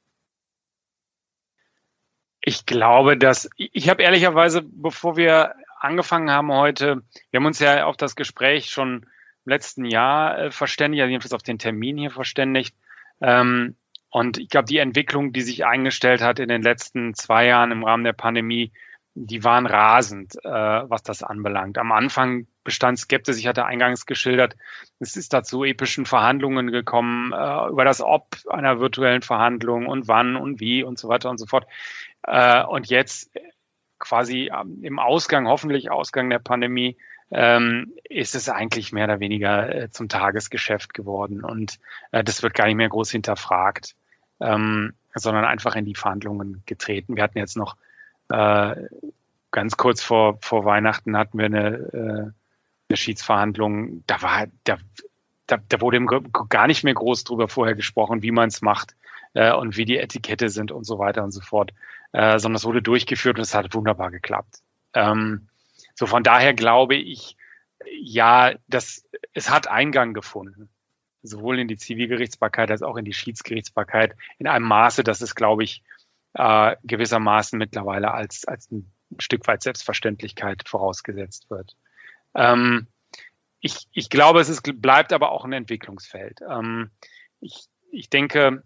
Ich glaube, dass, ich habe ehrlicherweise, bevor wir angefangen haben heute, wir haben uns ja auf das Gespräch schon im letzten Jahr äh, verständigt, also jedenfalls auf den Termin hier verständigt. Ähm, und ich glaube, die Entwicklung, die sich eingestellt hat in den letzten zwei Jahren im Rahmen der Pandemie, die waren rasend, äh, was das anbelangt. Am Anfang bestand Skepsis, ich hatte eingangs geschildert, es ist da zu epischen Verhandlungen gekommen äh, über das Ob einer virtuellen Verhandlung und wann und wie und so weiter und so fort. Äh, und jetzt quasi ähm, im Ausgang, hoffentlich Ausgang der Pandemie, ähm, ist es eigentlich mehr oder weniger äh, zum Tagesgeschäft geworden und äh, das wird gar nicht mehr groß hinterfragt, ähm, sondern einfach in die Verhandlungen getreten. Wir hatten jetzt noch äh, ganz kurz vor, vor Weihnachten hatten wir eine, äh, eine Schiedsverhandlung, da war, da, da, da wurde gar nicht mehr groß drüber vorher gesprochen, wie man es macht äh, und wie die Etikette sind und so weiter und so fort, äh, sondern es wurde durchgeführt und es hat wunderbar geklappt. Ähm, so von daher glaube ich, ja, das, es hat Eingang gefunden, sowohl in die Zivilgerichtsbarkeit als auch in die Schiedsgerichtsbarkeit in einem Maße, dass es, glaube ich, äh, gewissermaßen mittlerweile als, als ein Stück weit Selbstverständlichkeit vorausgesetzt wird. Ähm, ich, ich glaube, es ist, bleibt aber auch ein Entwicklungsfeld. Ähm, ich, ich denke,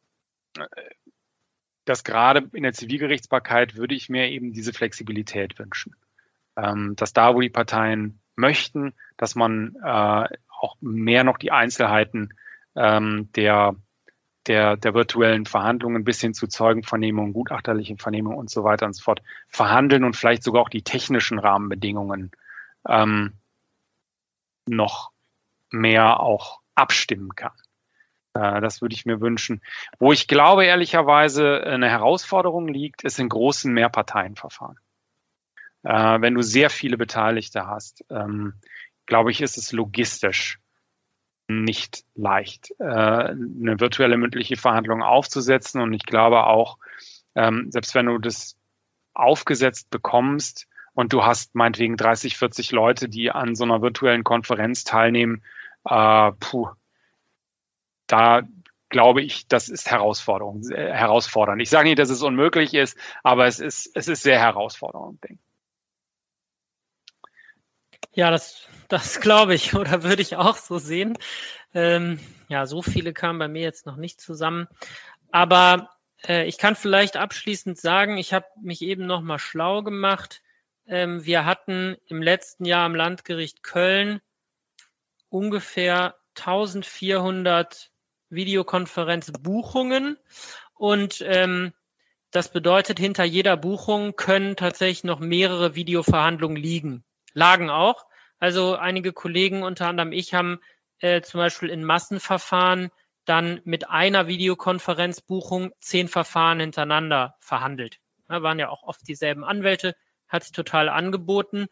dass gerade in der Zivilgerichtsbarkeit würde ich mir eben diese Flexibilität wünschen. Ähm, dass da, wo die Parteien möchten, dass man äh, auch mehr noch die Einzelheiten ähm, der, der, der virtuellen Verhandlungen bis hin zu Zeugenvernehmungen, gutachterlichen Vernehmungen und so weiter und so fort verhandeln und vielleicht sogar auch die technischen Rahmenbedingungen ähm, noch mehr auch abstimmen kann. Äh, das würde ich mir wünschen. Wo ich glaube, ehrlicherweise eine Herausforderung liegt, ist in großen Mehrparteienverfahren. Äh, wenn du sehr viele Beteiligte hast, ähm, glaube ich, ist es logistisch nicht leicht, äh, eine virtuelle mündliche Verhandlung aufzusetzen. Und ich glaube auch, ähm, selbst wenn du das aufgesetzt bekommst und du hast meinetwegen dreißig, vierzig Leute, die an so einer virtuellen Konferenz teilnehmen, äh, puh, da glaube ich, das ist Herausforderung, äh, herausfordernd. Ich sage nicht, dass es unmöglich ist, aber es ist, es ist sehr herausfordernd, denke ich. Ja, das, das glaube ich oder würde ich auch so sehen. Ähm, ja, so viele kamen bei mir jetzt noch nicht zusammen. Aber äh, ich kann vielleicht abschließend sagen, ich habe mich eben noch mal schlau gemacht. Ähm, wir hatten im letzten Jahr am Landgericht Köln ungefähr eintausendvierhundert Videokonferenzbuchungen und ähm, das bedeutet, hinter jeder Buchung können tatsächlich noch mehrere Videoverhandlungen liegen. Lagen auch. Also einige Kollegen, unter anderem ich, haben äh, zum Beispiel in Massenverfahren dann mit einer Videokonferenzbuchung zehn Verfahren hintereinander verhandelt. Da waren ja auch oft dieselben Anwälte, hat sich total angeboten.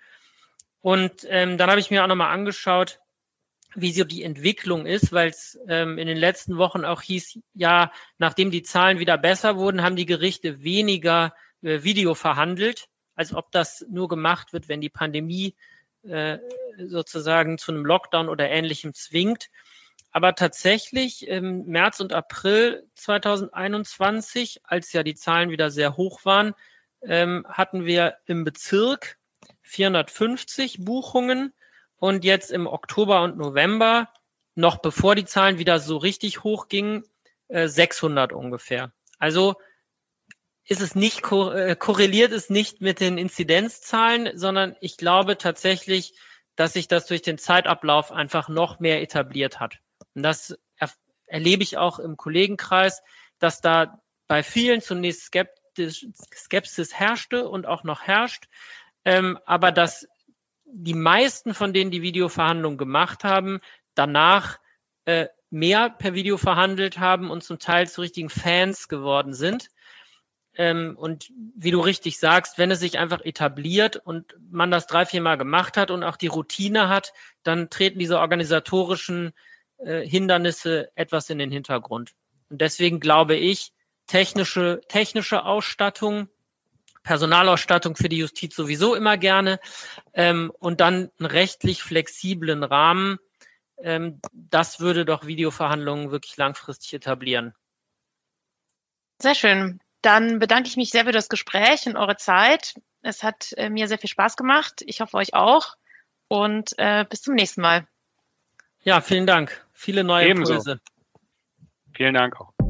Und ähm, dann habe ich mir auch nochmal angeschaut, wie so die Entwicklung ist, weil es ähm, in den letzten Wochen auch hieß, ja, nachdem die Zahlen wieder besser wurden, haben die Gerichte weniger äh, Video verhandelt, als ob das nur gemacht wird, wenn die Pandemie äh, sozusagen zu einem Lockdown oder Ähnlichem zwingt. Aber tatsächlich im März und April zweitausendeinundzwanzig, als ja die Zahlen wieder sehr hoch waren, ähm, hatten wir im Bezirk vierhundertfünfzig Buchungen und jetzt im Oktober und November, noch bevor die Zahlen wieder so richtig hoch gingen, äh, sechshundert ungefähr. Also ist es nicht, korreliert es nicht mit den Inzidenzzahlen, sondern ich glaube tatsächlich, dass sich das durch den Zeitablauf einfach noch mehr etabliert hat. Und das er, erlebe ich auch im Kollegenkreis, dass da bei vielen zunächst skeptisch, Skepsis herrschte und auch noch herrscht, ähm, aber dass die meisten von denen, die Videoverhandlungen gemacht haben, danach äh, mehr per Video verhandelt haben und zum Teil zu richtigen Fans geworden sind. Ähm, und wie du richtig sagst, wenn es sich einfach etabliert und man das drei, vier Mal gemacht hat und auch die Routine hat, dann treten diese organisatorischen äh, Hindernisse etwas in den Hintergrund. Und deswegen glaube ich, technische, technische Ausstattung, Personalausstattung für die Justiz sowieso immer gerne ähm, und dann einen rechtlich flexiblen Rahmen, ähm, das würde doch Videoverhandlungen wirklich langfristig etablieren. Sehr schön. Dann bedanke ich mich sehr für das Gespräch und eure Zeit. Es hat äh, mir sehr viel Spaß gemacht. Ich hoffe, euch auch. Und äh, bis zum nächsten Mal. Ja, vielen Dank. Viele neue Ebenso. Impulse. Vielen Dank auch.